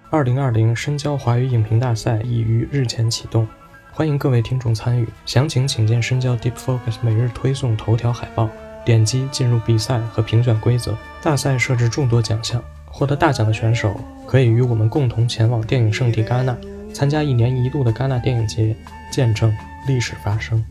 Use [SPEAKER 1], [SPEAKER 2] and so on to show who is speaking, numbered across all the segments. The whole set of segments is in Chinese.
[SPEAKER 1] 2020深交华语影评大赛已于日前启动，欢迎各位听众参与，详情请见深交 Deep Focus 每日推送头条海报，点击进入比赛和评选规则。大赛设置众多奖项，获得大奖的选手可以与我们共同前往电影圣地戛纳，参加1年1度的戛纳电影节，见证历史发生。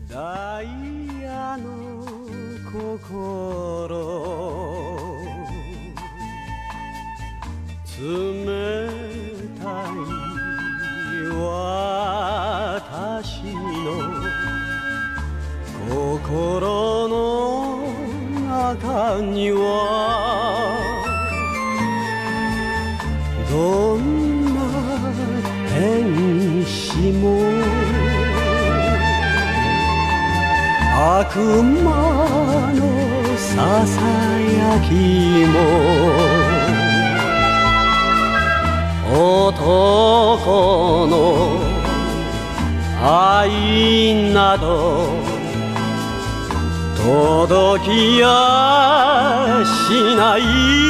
[SPEAKER 2] 心の中にはどんな天使も悪魔のささやきも男の愛など届きやしない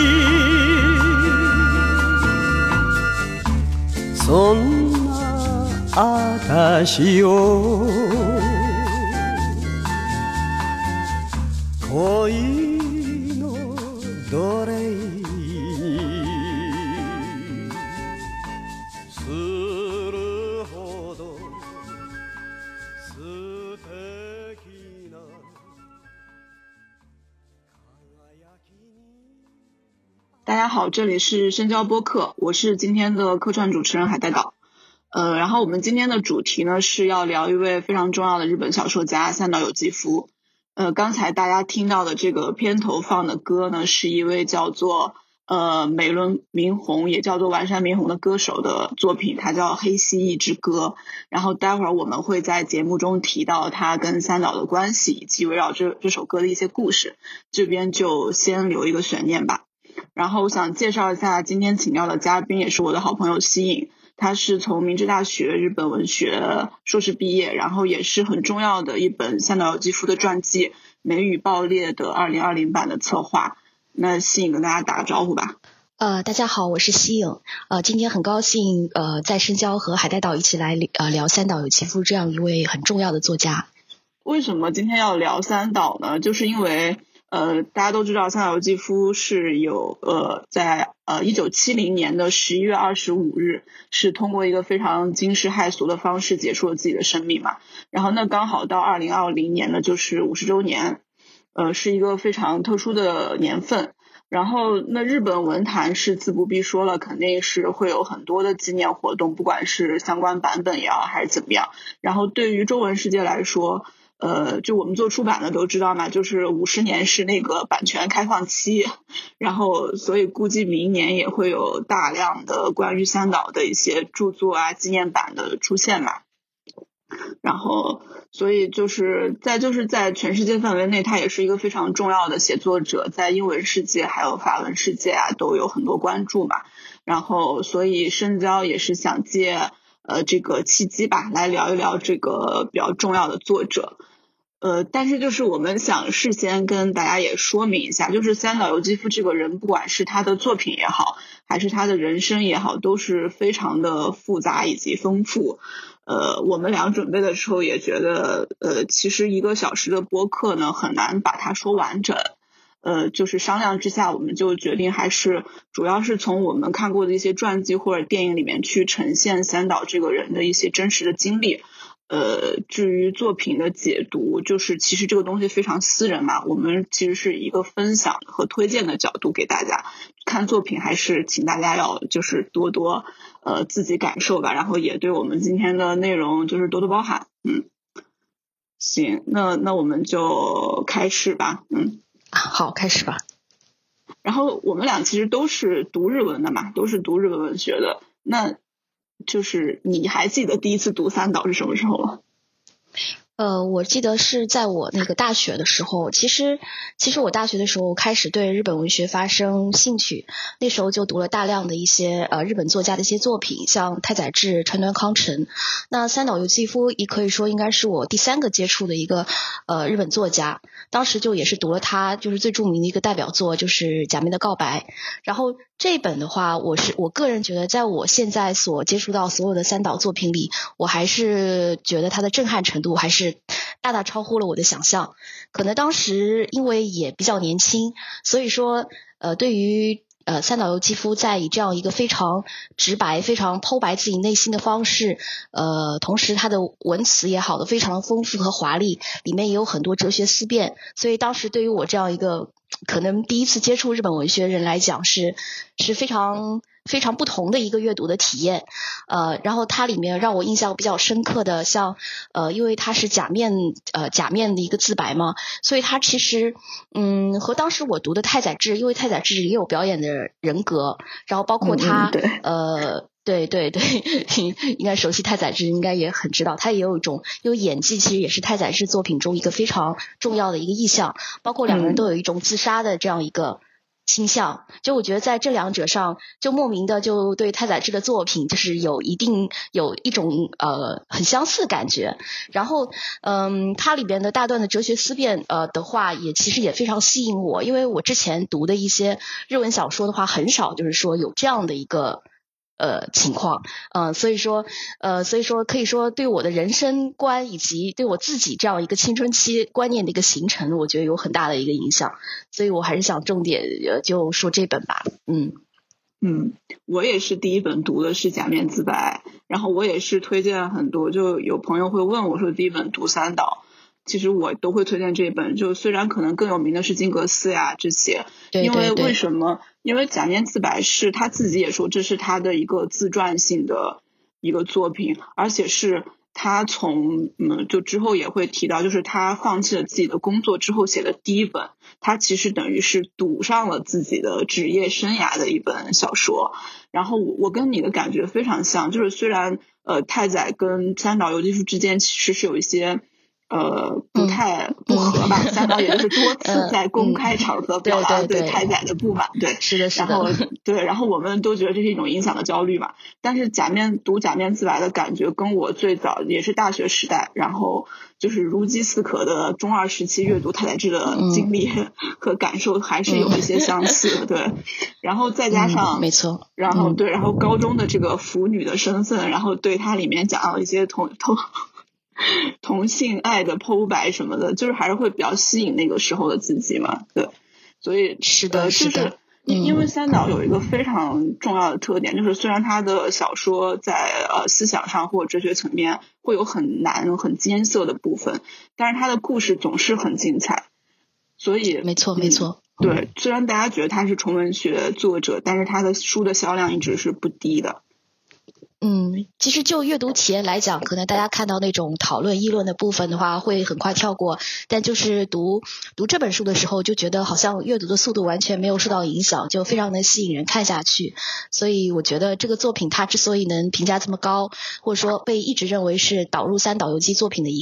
[SPEAKER 2] そんな私を恋の奴隷にするほど素敵な
[SPEAKER 3] 大家好，这里是深交播客，我是今天的客串主持人海带岛。然后我们今天的主题呢是要聊一位非常重要的日本小说家三岛由纪夫。刚才大家听到的这个片头放的歌呢，是一位叫做美轮明宏，也叫做丸山明宏的歌手的作品，它叫《黑蜥蜴之歌》。然后待会儿我们会在节目中提到他跟三岛的关系，以及围绕这首歌的一些故事，这边就先留一个悬念吧。然后我想介绍一下今天请到的嘉宾，也是我的好朋友西影，他是从明治大学日本文学硕士毕业，然后也是很重要的一本三岛由纪夫的传记《梅雨爆裂》的2020版的策划。那西影跟大家打个招呼吧。
[SPEAKER 4] 大家好，我是西影。今天很高兴在深交和海带岛一起来聊三岛由纪夫这样一位很重要的作家。
[SPEAKER 3] 为什么今天要聊三岛呢？就是因为大家都知道三岛由纪夫是有在1970年的11月25日是通过一个非常惊世骇俗的方式结束了自己的生命嘛。然后那刚好到2020年呢就是50周年，是一个非常特殊的年份。然后那日本文坛是自不必说了，肯定是会有很多的纪念活动，不管是相关版本也好还是怎么样。然后对于中文世界来说，就我们做出版的都知道嘛，就是50年是那个版权开放期，然后所以估计明年也会有大量的关于三岛的一些著作啊纪念版的出现嘛。然后所以就是在全世界范围内，他也是一个非常重要的写作者，在英文世界还有法文世界啊都有很多关注嘛。然后所以深交也是想借这个契机吧，来聊一聊这个比较重要的作者。但是就是我们想事先跟大家也说明一下，就是三岛由纪夫这个人，不管是他的作品也好，还是他的人生也好，都是非常的复杂以及丰富。我们俩准备的时候也觉得其实1个小时的播客呢很难把它说完整。就是商量之下，我们就决定还是主要是从我们看过的一些传记或者电影里面去呈现三岛这个人的一些真实的经历。至于作品的解读，就是其实这个东西非常私人嘛，我们其实是一个分享和推荐的角度给大家看作品，还是请大家要就是多多自己感受吧，然后也对我们今天的内容就是多多包涵。行，那我们就开始吧。
[SPEAKER 4] 好，开始吧。
[SPEAKER 3] 然后我们俩其实都是读日文的嘛，都是读日文文学的。那就是你还记得第一次读三岛是什么时候吗？
[SPEAKER 4] 我记得是在我那个大学的时候，其实我大学的时候开始对日本文学发生兴趣，那时候就读了大量的一些日本作家的一些作品，像太宰治、川端康成。那三岛由纪夫也可以说应该是我第3个接触的一个日本作家，当时就也是读了他就是最著名的一个代表作就是《假面的告白》。然后这本的话，我个人觉得在我现在所接触到所有的三岛作品里，我还是觉得它的震撼程度还是大大超乎了我的想象。可能当时因为也比较年轻，所以说对于三岛由纪夫在以这样一个非常直白、非常剖白自己内心的方式，同时他的文词也好的非常丰富和华丽，里面也有很多哲学思辨，所以当时对于我这样一个可能第一次接触日本文学人来讲是非常非常不同的一个阅读的体验。然后它里面让我印象比较深刻的，像因为它是假面的一个自白嘛，所以它其实和当时我读的太宰治，因为太宰治也有表演的人格，然后包括他对，应该熟悉太宰治应该也很知道，他也有一种因为演技其实也是太宰治作品中一个非常重要的一个意象，包括两个人都有一种自杀的这样一个倾向，就我觉得在这两者上就莫名的就对太宰治的作品就是有一种很相似的感觉。然后它里边的大段的哲学思辨的话也其实也非常吸引我，因为我之前读的一些日文小说的话很少就是说有这样的一个情况，所以说可以说对我的人生观以及对我自己这样一个青春期观念的一个形成，我觉得有很大的一个影响，所以我还是想重点就说这本吧。
[SPEAKER 3] 我也是第一本读的是《假面自白》，然后我也是推荐很多，就有朋友会问我说第一本读三岛，其实我都会推荐这本，就虽然可能更有名的是金阁寺呀这些，因为为什么？因为《假面自白》是他自己也说这是他的一个自传性的一个作品，而且是他从就之后也会提到，就是他放弃了自己的工作之后写的第一本，他其实等于是赌上了自己的职业生涯的一本小说。然后我跟你的感觉非常像，就是虽然太宰跟三岛由纪夫之间其实是有一些不太不合吧，三岛也就是多次在公开场合表达对太宰的不满，对，
[SPEAKER 4] 是的，
[SPEAKER 3] 然后我们都觉得这是一种影响的焦虑嘛。但是读假面自白的感觉跟我最早也是大学时代，然后就是如饥似渴的中二时期阅读太宰治的经历和感受还是有一些相似，对。然后再加上
[SPEAKER 4] 没错，
[SPEAKER 3] 然后对，然后高中的这个腐女的身份，然后对它里面讲到一些同性爱的剖白什么的，就是还是会比较吸引那个时候的自己嘛，对，所以
[SPEAKER 4] 是的，
[SPEAKER 3] 就是因为三岛有一个非常重要的特点，就是虽然他的小说在思想上或哲学层面会有很难很艰涩的部分，但是他的故事总是很精彩，所以
[SPEAKER 4] 没错，
[SPEAKER 3] 对，虽然大家觉得他是纯文学作者，但是他的书的销量一直是不低的。
[SPEAKER 4] 其实就阅读体验来讲，可能大家看到那种讨论议论的部分的话会很快跳过，但就是读这本书的时候就觉得好像阅读的速度完全没有受到影响，就非常能吸引人看下去。所以我觉得这个作品它之所以能评价这么高，或者说被一直认为是导入三岛由纪作品的一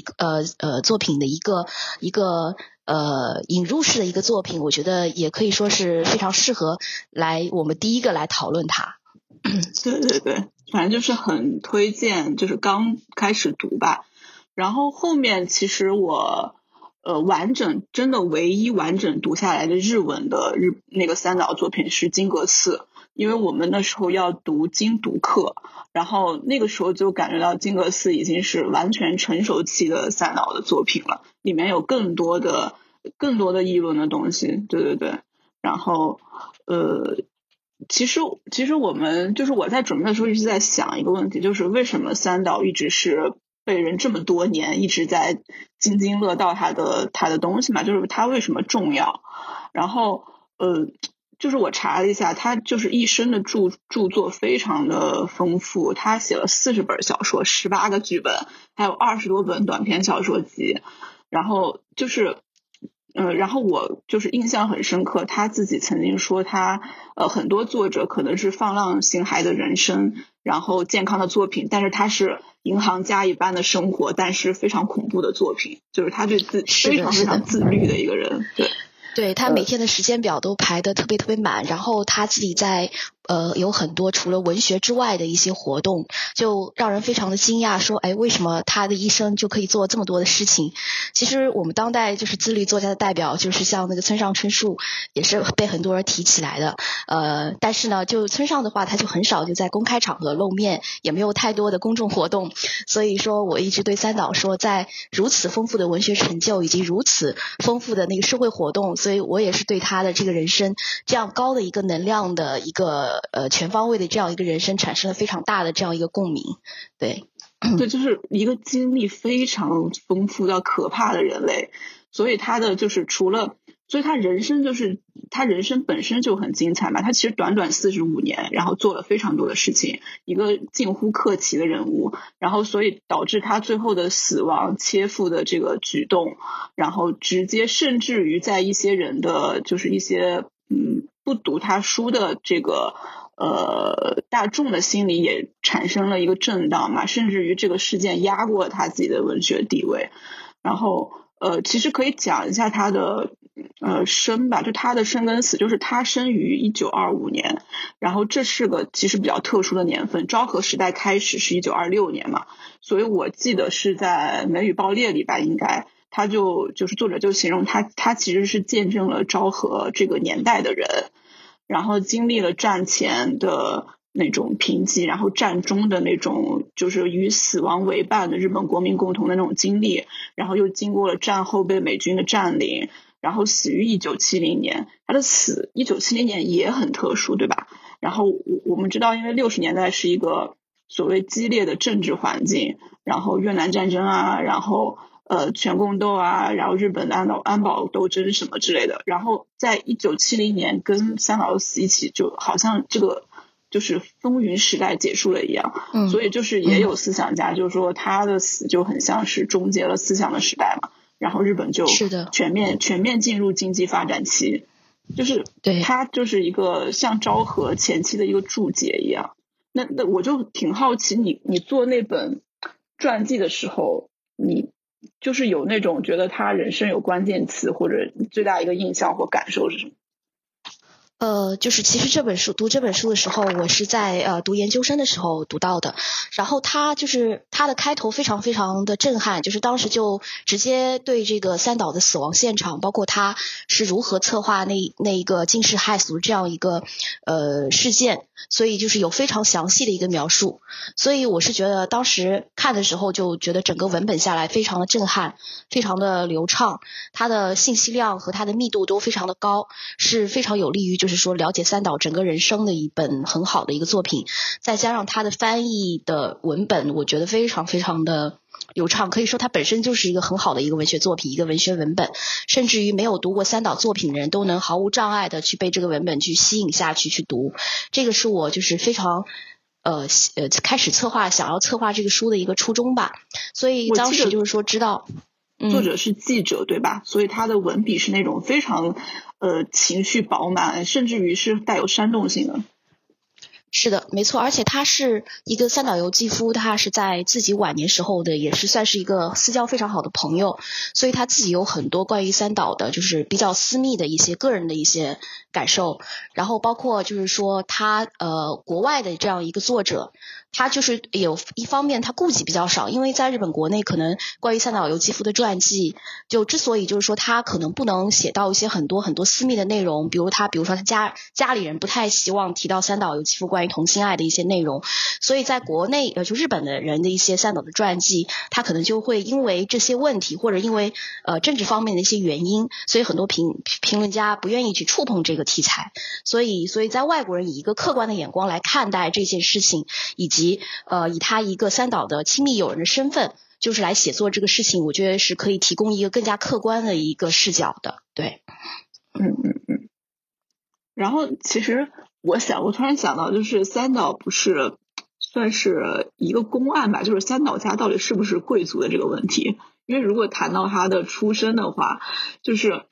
[SPEAKER 4] 个引入式的一个作品，我觉得也可以说是非常适合我们第一个来讨论它。
[SPEAKER 3] 对，反正就是很推荐，就是刚开始读吧。然后后面其实我真的唯一完整读下来的日文的那个三岛作品是金阁寺，因为我们那时候要读精读课，然后那个时候就感觉到金阁寺已经是完全成熟期的三岛的作品了，里面有更多的议论的东西，对。然后其实我们就是我在准备的时候一直在想一个问题，就是为什么三岛一直是被人这么多年一直在津津乐道他的东西嘛，就是他为什么重要。然后就是我查了一下，他就是一生的著作非常的丰富，他写了40本小说，18个剧本，还有20多本短篇小说集。然后就是然后我就是印象很深刻，他自己曾经说他很多作者可能是放浪形骸的人生， 然后健康的作品，但是它是银行家一般的生活，但是非常恐怖的作品，就是他对非常非常自律的一个人。
[SPEAKER 4] 对，他每天的时间表都排得特别特别满，然后他自己在有很多除了文学之外的一些活动，就让人非常的惊讶，说为什么他的一生就可以做这么多的事情。其实我们当代就是自律作家的代表，就是像那个村上春树，也是被很多人提起来的。但是呢，就村上的话，他就很少就在公开场合露面，也没有太多的公众活动。所以说我一直对三岛说，在如此丰富的文学成就以及如此丰富的那个社会活动，所以我也是对他的这个人生这样高的一个能量的一个全方位的这样一个人生产生了非常大的这样一个共鸣。对，
[SPEAKER 3] 就是一个经历非常丰富到可怕的人类，所以他的就是所以他人生本身就很精彩嘛。他其实短短45年，然后做了非常多的事情，一个近乎克奇的人物，然后所以导致他最后的死亡切腹的这个举动，然后直接甚至于在一些人的就是一些不读他书的这个大众的心里也产生了一个震荡嘛，甚至于这个事件压过了他自己的文学地位。然后其实可以讲一下他的生吧，就他的生跟死，就是他生于1925年，然后这是个其实比较特殊的年份，昭和时代开始是1926年嘛，所以我记得是在《梅雨报列》里吧，应该他就是作者就形容他其实是见证了昭和这个年代的人，然后经历了战前的那种贫瘠，然后战中的那种就是与死亡为伴的日本国民共同的那种经历，然后又经过了战后被美军的占领，然后死于1970年。他的死1970年也很特殊，对吧？然后我们知道，因为60年代是一个所谓激烈的政治环境，然后越南战争啊，然后全共斗啊，然后日本的安保斗争什么之类的，然后在1970年跟三岛由死一起，就好像这个就是风云时代结束了一样。所以就是也有思想家就是说他的死就很像是终结了思想的时代嘛，然后日本就全面进入经济发展期，就是他就是一个像昭和前期的一个注解一样。那我就挺好奇，你做那本传记的时候，你就是有那种觉得他人生有关键词，或者最大一个印象或感受是什么？
[SPEAKER 4] 就是其实读这本书的时候，我是在读研究生的时候读到的。然后它的开头非常非常的震撼，就是当时就直接对这个三岛的死亡现场，包括他是如何策划那一个惊世骇俗这样一个事件，所以就是有非常详细的一个描述。所以我是觉得当时看的时候就觉得整个文本下来非常的震撼，非常的流畅，它的信息量和它的密度都非常的高，是非常有利于就是说了解三岛整个人生的一本很好的一个作品。再加上他的翻译的文本，我觉得非常非常的流畅，可以说它本身就是一个很好的一个文学作品，一个文学文本，甚至于没有读过三岛作品的人都能毫无障碍的去被这个文本去吸引下去读。这个是我就是非常开始想要策划这个书的一个初衷吧。所以当时就是说知道
[SPEAKER 3] 作者是记者对吧？所以他的文笔是那种非常情绪饱满，甚至于是带有煽动性的。
[SPEAKER 4] 是的，没错，而且他是一个三岛由纪夫，他是在自己晚年时候的，也是算是一个私交非常好的朋友，所以他自己有很多关于三岛的就是比较私密的一些个人的一些感受，然后包括就是说他国外的这样一个作者，他就是有一方面他顾忌比较少，因为在日本国内可能关于三岛由纪夫的传记，就之所以就是说他可能不能写到一些很多很多私密的内容，比如说他家里人不太希望提到三岛由纪夫关于同性爱的一些内容，所以在国内就日本的人的一些三岛的传记，他可能就会因为这些问题或者因为政治方面的一些原因，所以很多评论家不愿意去触碰这个题材，所以在外国人以一个客观的眼光来看待这件事情，以及以他一个三岛的亲密友人的身份就是来写作这个事情，我觉得是可以提供一个更加客观的一个视角的。对，
[SPEAKER 3] 然后其实我突然想到，就是三岛不是算是一个公案吧，就是三岛家到底是不是贵族的这个问题。因为如果谈到他的出身的话，就是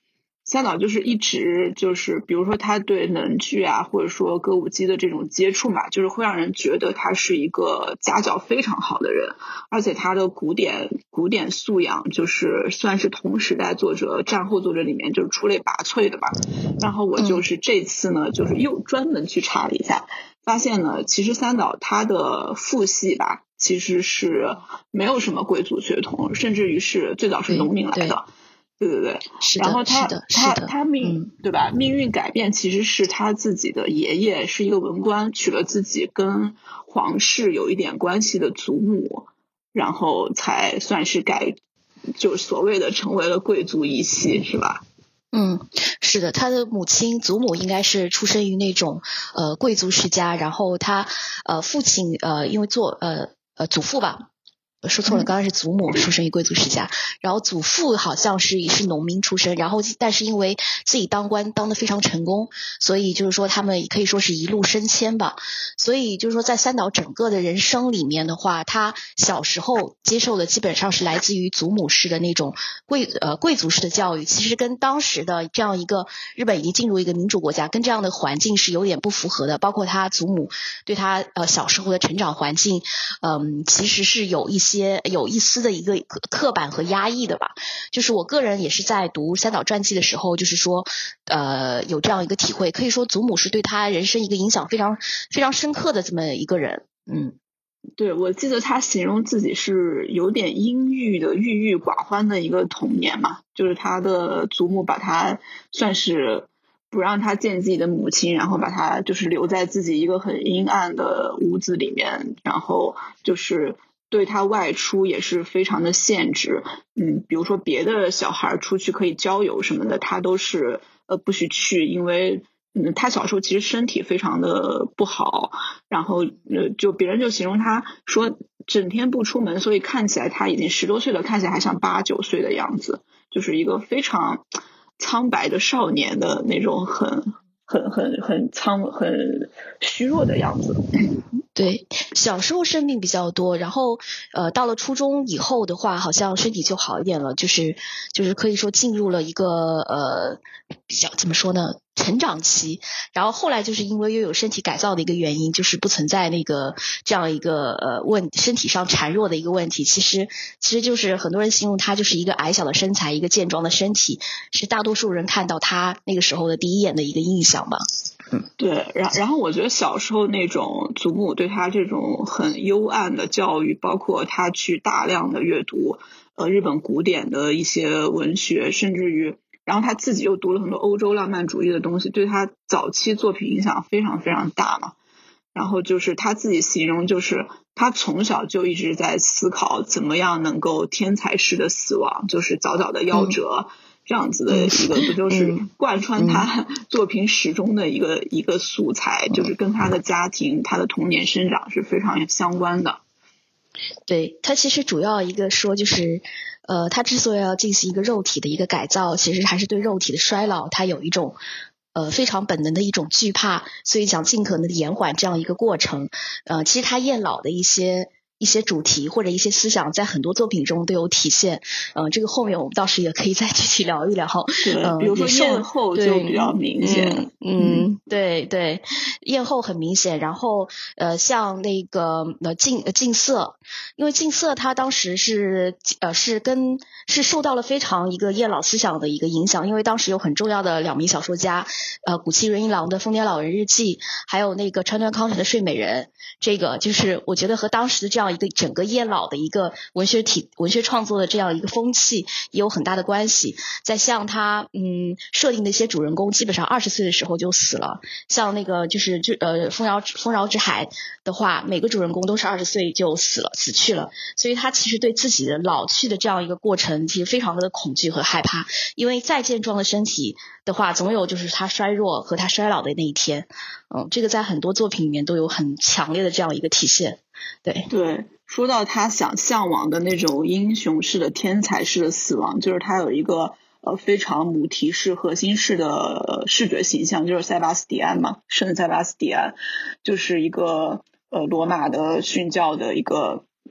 [SPEAKER 3] 三岛就是一直就是比如说他对能剧啊或者说歌舞伎的这种接触嘛，就是会让人觉得他是一个家教非常好的人，而且他的古典素养就是算是同时代作者战后作者里面就是出类拔萃的吧。然后我就是这次呢就是又专门去查了一下，发现呢其实三岛他的父系吧其实是没有什么贵族血统，甚至于是最早是农民来的。对，然后他对吧？命运改变其实是他自己的爷爷是一个文官，娶了自己跟皇室有一点关系的祖母，然后才算是就所谓的成为了贵族一系，是吧？
[SPEAKER 4] 是的，他的祖母应该是出生于那种贵族世家，然后他父亲因为祖父吧。说错了，刚刚是祖母出生于贵族世家，然后祖父好像是农民出身，然后但是因为自己当官当得非常成功，所以就是说他们可以说是一路升迁吧。所以就是说在三岛整个的人生里面的话，他小时候接受的基本上是来自于祖母式的那种贵族式的教育，其实跟当时的这样一个日本已经进入一个民主国家，跟这样的环境是有点不符合的。包括他祖母对他小时候的成长环境，其实是有一丝的一个刻板和压抑的吧。就是我个人也是在读三岛传记的时候，就是说有这样一个体会，可以说祖母是对他人生一个影响非常非常深刻的这么一个人。
[SPEAKER 3] 对，我记得他形容自己是有点阴郁的郁郁寡欢的一个童年嘛，就是他的祖母把他算是不让他见自己的母亲，然后把他就是留在自己一个很阴暗的屋子里面，然后就是对他外出也是非常的限制。比如说别的小孩出去可以郊游什么的，他都是不许去，因为他小时候其实身体非常的不好，然后就别人就形容他说整天不出门，所以看起来他已经10多岁了，看起来还像8、9岁的样子，就是一个非常苍白的少年的那种很虚弱的样子。
[SPEAKER 4] 对，小时候生病比较多，然后到了初中以后的话，好像身体就好一点了，就是可以说进入了一个比较怎么说呢，成长期。然后后来就是因为又有身体改造的一个原因，就是不存在那个这样一个身体上孱弱的一个问题。其实就是很多人形容他就是一个矮小的身材，一个健壮的身体，是大多数人看到他那个时候的第一眼的一个印象吧。
[SPEAKER 3] 对，然后我觉得小时候那种祖母对他这种很幽暗的教育，包括他去大量的阅读日本古典的一些文学，甚至于然后他自己又读了很多欧洲浪漫主义的东西，对他早期作品影响非常非常大嘛。然后就是他自己形容，就是他从小就一直在思考怎么样能够天才式的死亡，就是早早的夭折。这样子的一个不就是贯穿他作品始终的一个素材，就是跟他的家庭他的童年生长是非常相关的。
[SPEAKER 4] 对，他其实主要一个说就是他之所以要进行一个肉体的一个改造，其实还是对肉体的衰老他有一种非常本能的一种惧怕，所以想尽可能的延缓这样一个过程。其实他厌老的一些主题或者一些思想在很多作品中都有体现。这个后面我们倒是也可以再具体聊一聊。
[SPEAKER 3] 对，比如说艳后就比较明显。
[SPEAKER 4] 对，艳后很明显。然后像那个近色，因为近色他当时是受到了非常一个厌老思想的一个影响，因为当时有很重要的2名小说家，谷崎润一郎的《疯癫老人日记》，还有那个川端康成的《睡美人》，这个就是我觉得和当时的这样一个整个厌老的一个文学创作的这样一个风气也有很大的关系。再像他设定的一些主人公基本上20岁的时候就死了，像那个丰饶之海的话，每个主人公都是20岁就死去了，所以他其实对自己的老去的这样一个过程其实非常的恐惧和害怕，因为再健壮的身体的话总有就是他衰弱和他衰老的那一天。这个在很多作品里面都有很强烈的这样一个体现。
[SPEAKER 3] 对，说到他向往的那种英雄式的天才式的死亡，就是他有一个非常母题式核心式的视觉形象，就是塞巴斯蒂安嘛，圣塞巴斯蒂安，就是一个罗马的殉教的一个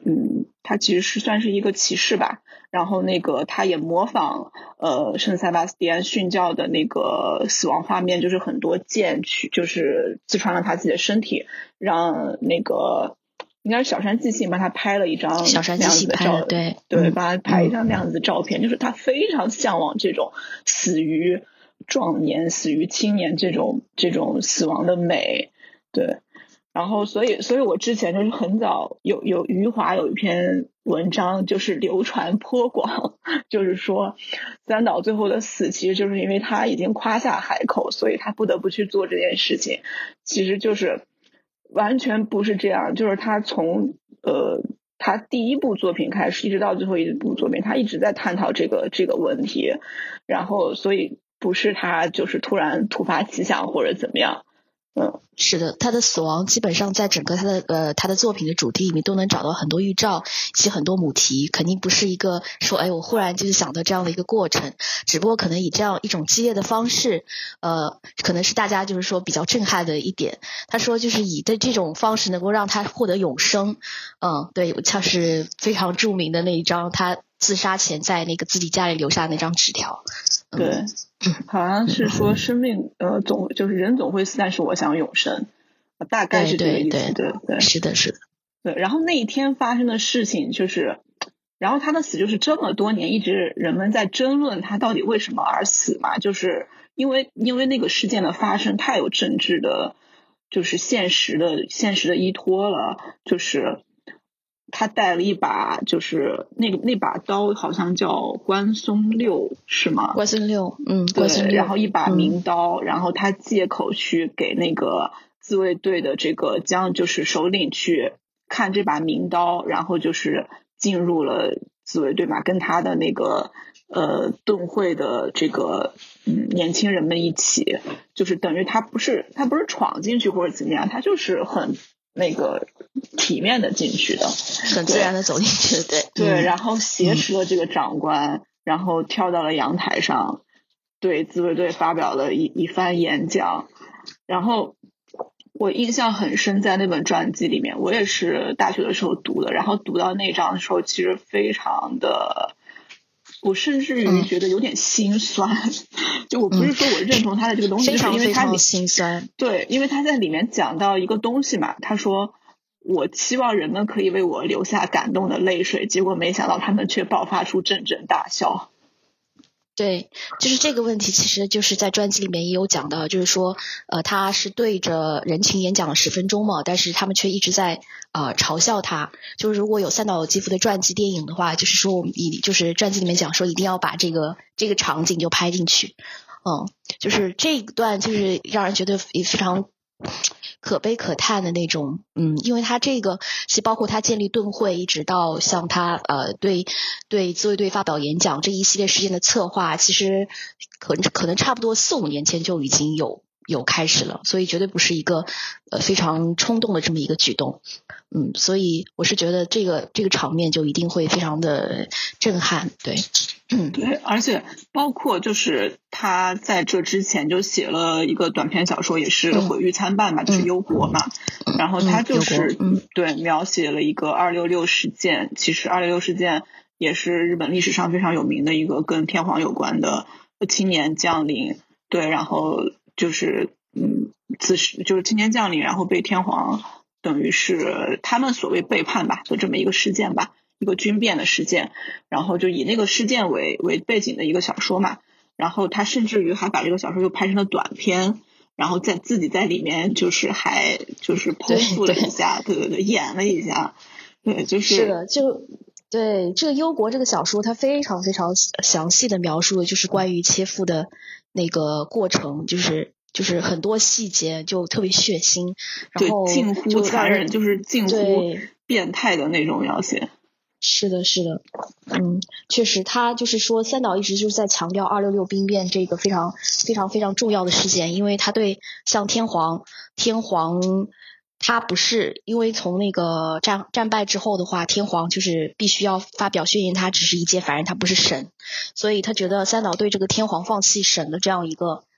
[SPEAKER 3] 他其实是算是一个骑士吧，然后那个他也模仿圣塞巴斯蒂安殉教的那个死亡画面，就是很多剑去就是刺穿了他自己的身体，让那个应该是小山纪信帮他拍了一张
[SPEAKER 4] 小山纪信拍的，对，
[SPEAKER 3] 帮他拍一张那样子的照片，就是他非常向往这种死于壮年、死于青年这种死亡的美，对。然后所以我之前就是很早有余华有一篇文章就是流传颇广，就是说三岛最后的死其实就是因为他已经夸下海口，所以他不得不去做这件事情。其实就是完全不是这样，就是他从他第一部作品开始一直到最后一部作品，他一直在探讨这个问题，然后所以不是他就是突然突发奇想或者怎么样。
[SPEAKER 4] 是的，他的死亡基本上在整个他的作品的主题里面都能找到很多预兆以及很多母题，肯定不是一个说我忽然就是想到这样的一个过程，只不过可能以这样一种激烈的方式可能是大家就是说比较震撼的一点。他说就是以的这种方式能够让他获得永生。对，像是非常著名的那一张他自杀前在那个自己家里留下那张纸条。
[SPEAKER 3] 对，好像是说生命就是人总会死，但是我想永生，大概是这个意思。对，
[SPEAKER 4] 是的。
[SPEAKER 3] 对，然后那一天发生的事情就是，然后他的死就是这么多年一直人们在争论他到底为什么而死嘛，就是因为那个事件的发生太有政治的，就是现实的依托了，就是他带了一把，就是那把刀好像叫关松六是吗？
[SPEAKER 4] 关松六，
[SPEAKER 3] 对，然后一把名刀，然后他借口去给那个自卫队的这个就是首领去看这把名刀，然后就是进入了自卫队嘛，跟他的那个盾会的这个年轻人们一起，就是等于他不是闯进去或者怎么样，他就是很那个体面的进去的，
[SPEAKER 4] 很自然的走进去的，
[SPEAKER 3] 对，然后挟持了这个长官，然后跳到了阳台上，对自卫队发表了一番演讲。然后我印象很深，在那本传记里面，我也是大学的时候读的，然后读到那章的时候，其实非常的，我甚至于觉得有点心酸。就我不是说我认同他的这个东西，就是因为他
[SPEAKER 4] 心酸。
[SPEAKER 3] 对，因为他在里面讲到一个东西嘛，他说我期望人们可以为我流下感动的泪水，结果没想到他们却爆发出阵阵大笑。
[SPEAKER 4] 对，就是这个问题其实就是在专辑里面也有讲到，就是说他是对着人群演讲了10分钟嘛，但是他们却一直在嘲笑他。就是如果有三岛由纪夫的传记电影的话，就是说我们就是传记里面讲说一定要把这个场景就拍进去。就是这一段就是让人觉得也非常可悲可叹的那种。因为他这个是包括他建立盾会，一直到像他对自卫队发表演讲这一系列事件的策划，其实可能差不多4-5年前就已经有开始了，所以绝对不是一个非常冲动的这么一个举动。所以我是觉得这个场面就一定会非常的震撼。对。
[SPEAKER 3] 对，而且包括就是他在这之前就写了一个短篇小说，也是毁誉参半嘛，就是忧国嘛。然后他就是对描写了一个266事件，其实266事件也是日本历史上非常有名的一个跟天皇有关的青年将领。对，然后就是就是青年将领，然后被天皇等于是他们所谓背叛吧的这么一个事件吧。一个军变的事件，然后就以那个事件为背景的一个小说嘛，然后他甚至于还把这个小说又拍成了短片，然后自己在里面就是还就是剖腹了一下，对，演了一下，对，就是
[SPEAKER 4] 的，对这个忧国这个小说，它非常非常详细的描述的就是关于切腹的那个过程，就是很多细节就特别血腥，然后
[SPEAKER 3] 近乎残忍，就是近乎变态的那种描写。
[SPEAKER 4] 是的，确实，他就是说，三岛一直就是在强调266兵变这个非常非常非常重要的事件，因为他对像天皇，他不是因为从那个战败之后的话，天皇就是必须要发表宣言，他只是一介凡人，他不是神，所以他觉得三岛对这个天皇放弃神的这样一个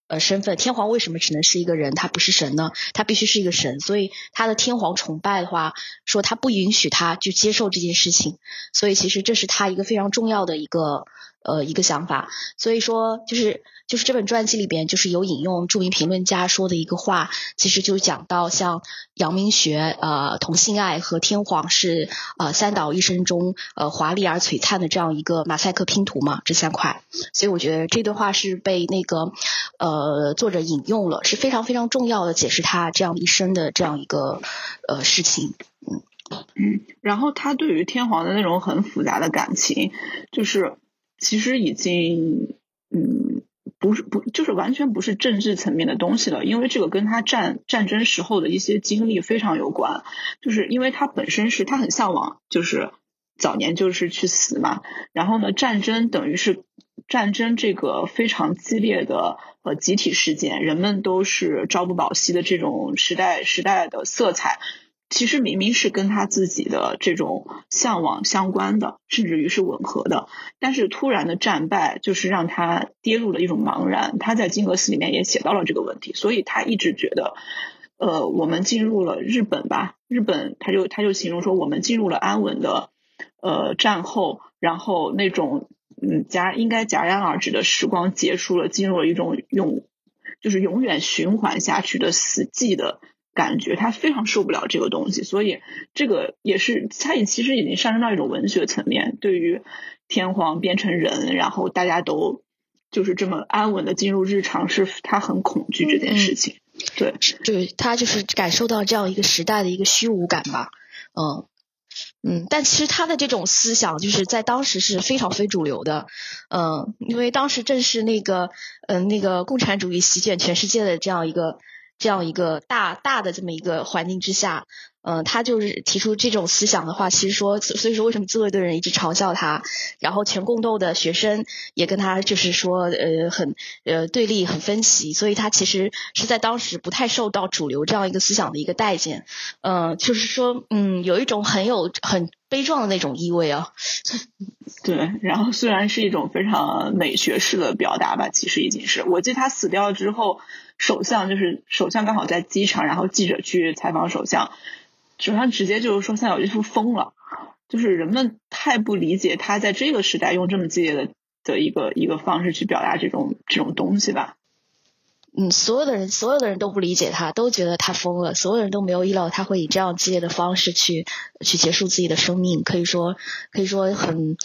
[SPEAKER 4] 身份，天皇为什么只能是一个人，他不是神呢？他必须是一个神，所以他的天皇崇拜的话，说他不允许他去接受这件事情，所以其实这是他一个非常重要的一个想法。所以说就是这本传记里边就是有引用著名评论家说的一个话，其实就讲到像阳明学同性爱和天皇是三岛一生中华丽而璀璨的这样一个马赛克拼图嘛，这3块。所以我觉得这段话是被那个作者引用了，是非常非常重要的解释他这样一生的这样一个事情。
[SPEAKER 3] 然后他对于天皇的那种很复杂的感情，就是其实已经就是完全不是政治层面的东西了，因为这个跟他战争时候的一些经历非常有关，就是因为他本身是他很向往，就是早年就是去死嘛，然后呢战争等于是战争这个非常激烈的集体事件，人们都是朝不保夕的这种时代的色彩，其实明明是跟他自己的这种向往相关的，甚至于是吻合的，但是突然的战败就是让他跌入了一种茫然。他在金阁寺里面也写到了这个问题，所以他一直觉得我们进入了日本吧，日本他就形容说我们进入了安稳的战后，然后那种应该戛然而止的时光结束了，进入了一种就是永远循环下去的死寂的感觉，他非常受不了这个东西，所以这个也是他其实已经上升到一种文学层面，对于天皇变成人，然后大家都就是这么安稳的进入日常，是他很恐惧这件事情。对，
[SPEAKER 4] 他就是感受到这样一个时代的一个虚无感吧。但其实他的这种思想就是在当时是非常非主流的，因为当时正是那个共产主义席卷全世界的这样一个大的这么一个环境之下，他就是提出这种思想的话，其实说，所以说为什么自卫队人一直嘲笑他，然后全共斗的学生也跟他就是说很对立很分歧，所以他其实是在当时不太受到主流这样一个思想的一个待见，就是说有一种很悲壮的那种意味啊。
[SPEAKER 3] 对，然后虽然是一种非常美学式的表达吧，其实已经是，我记得他死掉之后，首相刚好在机场，然后记者去采访首相直接就是说三岛由纪夫疯了，就是人们太不理解他在这个时代用这么激烈的一个方式去表达这种东西吧。
[SPEAKER 4] 所有的人都不理解他，都觉得他疯了，所有人都没有意料他会以这样激烈的方式去结束自己的生命，可以说很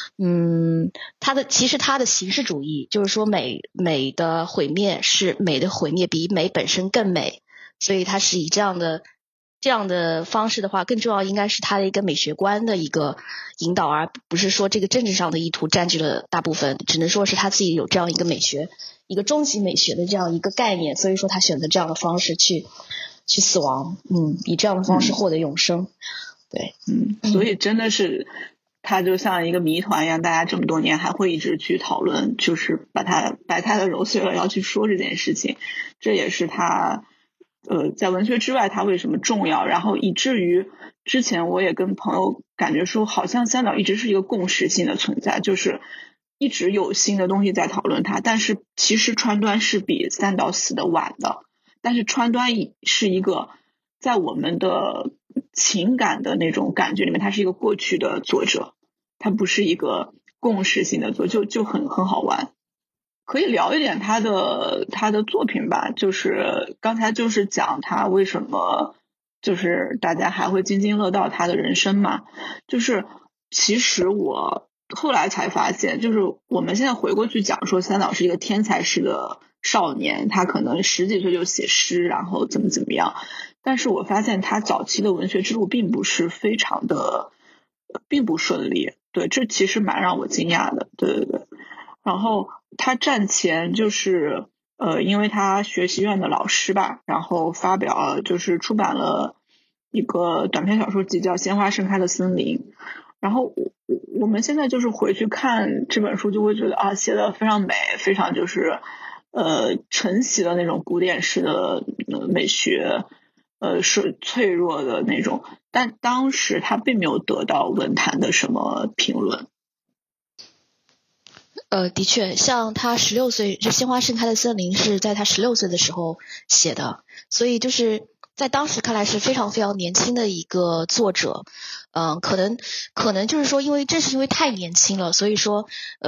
[SPEAKER 4] 其实他的形式主义就是说美的毁灭是美的毁灭比美本身更美，所以他是以这样的方式的话，更重要应该是他的一个美学观的一个引导，而不是说这个政治上的意图占据了大部分，只能说是他自己有这样一个美学，一个终极美学的这样一个概念，所以说他选择这样的方式去死亡，以这样的方式获得永生。对，
[SPEAKER 3] 所以真的是他就像一个谜团一样，大家这么多年还会一直去讨论，就是把它白菜的揉碎了要去说这件事情，这也是他在文学之外它为什么重要，然后以至于之前我也跟朋友感觉说，好像三岛一直是一个共识性的存在，就是一直有新的东西在讨论它，但是其实川端是比三岛死的晚的，但是川端是一个在我们的情感的那种感觉里面，他是一个过去的作者，他不是一个共识性的作者，就很好玩。可以聊一点他的作品吧，就是刚才就是讲他为什么就是大家还会津津乐道他的人生嘛，就是其实我后来才发现，就是我们现在回过去讲说三岛是一个天才式的少年，他可能10几岁就写诗，然后怎么样，但是我发现他早期的文学之路并不是非常的并不顺利，对，这其实蛮让我惊讶的，对。然后他战前就是因为他学习院的老师吧，然后发表了就是出版了一个短篇小说集叫《鲜花盛开的森林》，然后我们现在就是回去看这本书就会觉得写得非常美，非常就是承袭了那种古典式的美学，是脆弱的那种，但当时他并没有得到文坛的什么评论。
[SPEAKER 4] 的确，像他16岁，这《鲜花盛开的森林》是在他16岁的时候写的，所以就是在当时看来是非常非常年轻的一个作者。可能就是说，因为太年轻了，所以说，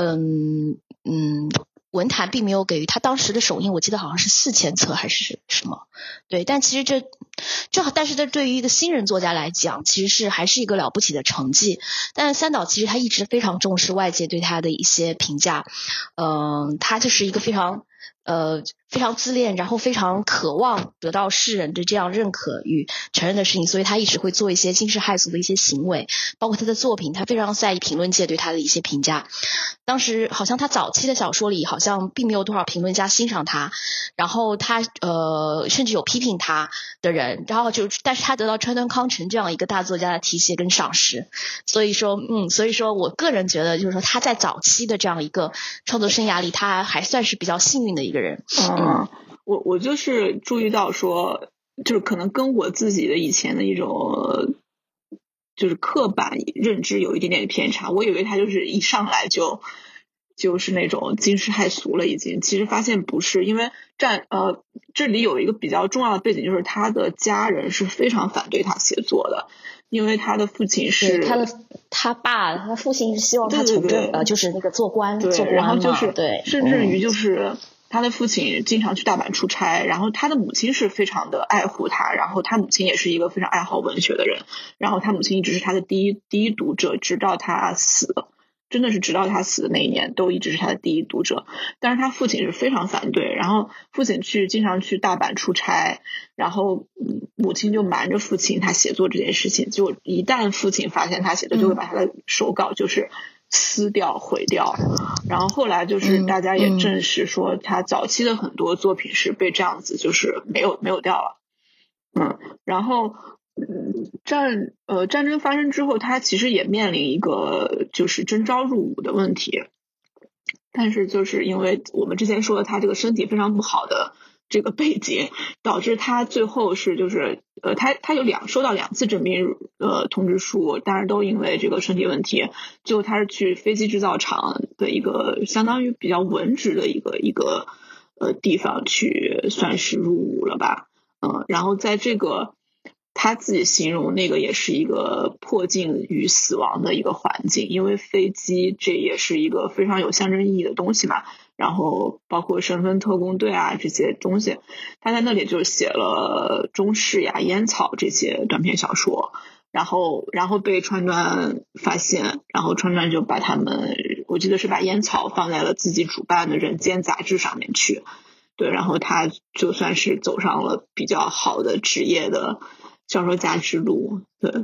[SPEAKER 4] 文坛并没有给予他当时的首映，我记得好像是4000册还是什么，对。但其实但是这对于一个新人作家来讲，其实还是一个了不起的成绩。但是三岛其实他一直非常重视外界对他的一些评价，他就是一个非常自恋，然后非常渴望得到世人的这样认可与承认的事情，所以他一直会做一些惊世骇俗的一些行为，包括他的作品，他非常在意评论界对他的一些评价。当时好像他早期的小说里好像并没有多少评论家欣赏他，然后他甚至有批评他的人，然后但是他得到川端康成这样一个大作家的提携跟赏识，所以说我个人觉得就是说他在早期的这样一个创作生涯里，他还算是比较幸运的一个人。
[SPEAKER 3] 我就是注意到说，就是可能跟我自己的以前的一种就是刻板认知有一点点偏差，我以为他就是一上来就是那种惊世骇俗了已经，其实发现不是，因为这里有一个比较重要的背景，就是他的家人是非常反对他写作的，因为他的父亲是
[SPEAKER 4] 他父亲是希望他从政，就是那个做官嘛，
[SPEAKER 3] 然后就是
[SPEAKER 4] 对，
[SPEAKER 3] 甚至于就是他的父亲经常去大阪出差，然后他的母亲是非常的爱护他，然后他母亲也是一个非常爱好文学的人，然后他母亲一直是他的第一读者，直到他死，真的是直到他死的那一年都一直是他的第一读者。但是他父亲是非常反对，然后父亲经常去大阪出差，然后母亲就瞒着父亲他写作这件事情，就一旦父亲发现他写作，就会把他的手稿就是撕掉毁掉。然后后来就是大家也证实说，他早期的很多作品是被这样子就是没有掉了。然后战争发生之后，他其实也面临一个就是征召入伍的问题，但是就是因为我们之前说的他这个身体非常不好的这个背景，导致他最后是就是他有收到2次征兵通知书，但是都因为这个身体问题，最后他是去飞机制造厂的一个相当于比较文职的一个地方去算是入伍了吧。然后在这个他自己形容那个也是一个迫近于死亡的一个环境，因为飞机这也是一个非常有象征意义的东西嘛，然后包括神风特工队啊这些东西，他在那里就写了中式呀、烟草这些短篇小说，然后被川端发现，然后川端就把他们，我记得是把烟草放在了自己主办的人间杂志上面去，对，然后他就算是走上了比较好的职业的小说家之路。对，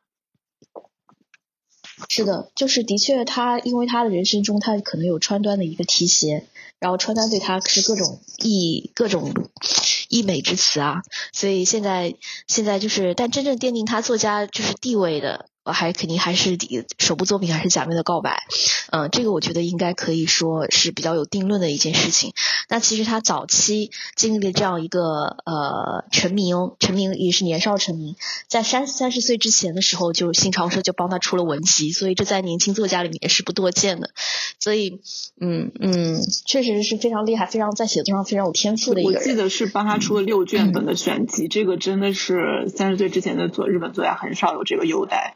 [SPEAKER 4] 是的，就是的确因为他的人生中他可能有川端的一个提携，然后川端对他是各种溢美之词啊，所以现在就是但真正奠定他作家就是地位的肯定还是首部作品还是假面的告白。这个我觉得应该可以说是比较有定论的一件事情。那其实他早期经历了这样一个成名也是年少成名，在30岁之前的时候就新潮社就帮他出了文集，所以这在年轻作家里面也是不多见的。所以确实是非常厉害，非常在写作上非常有天赋的一个人。
[SPEAKER 3] 我记得是帮他出了6卷本的选集，这个真的是30岁之前的日本作家很少有这个优待。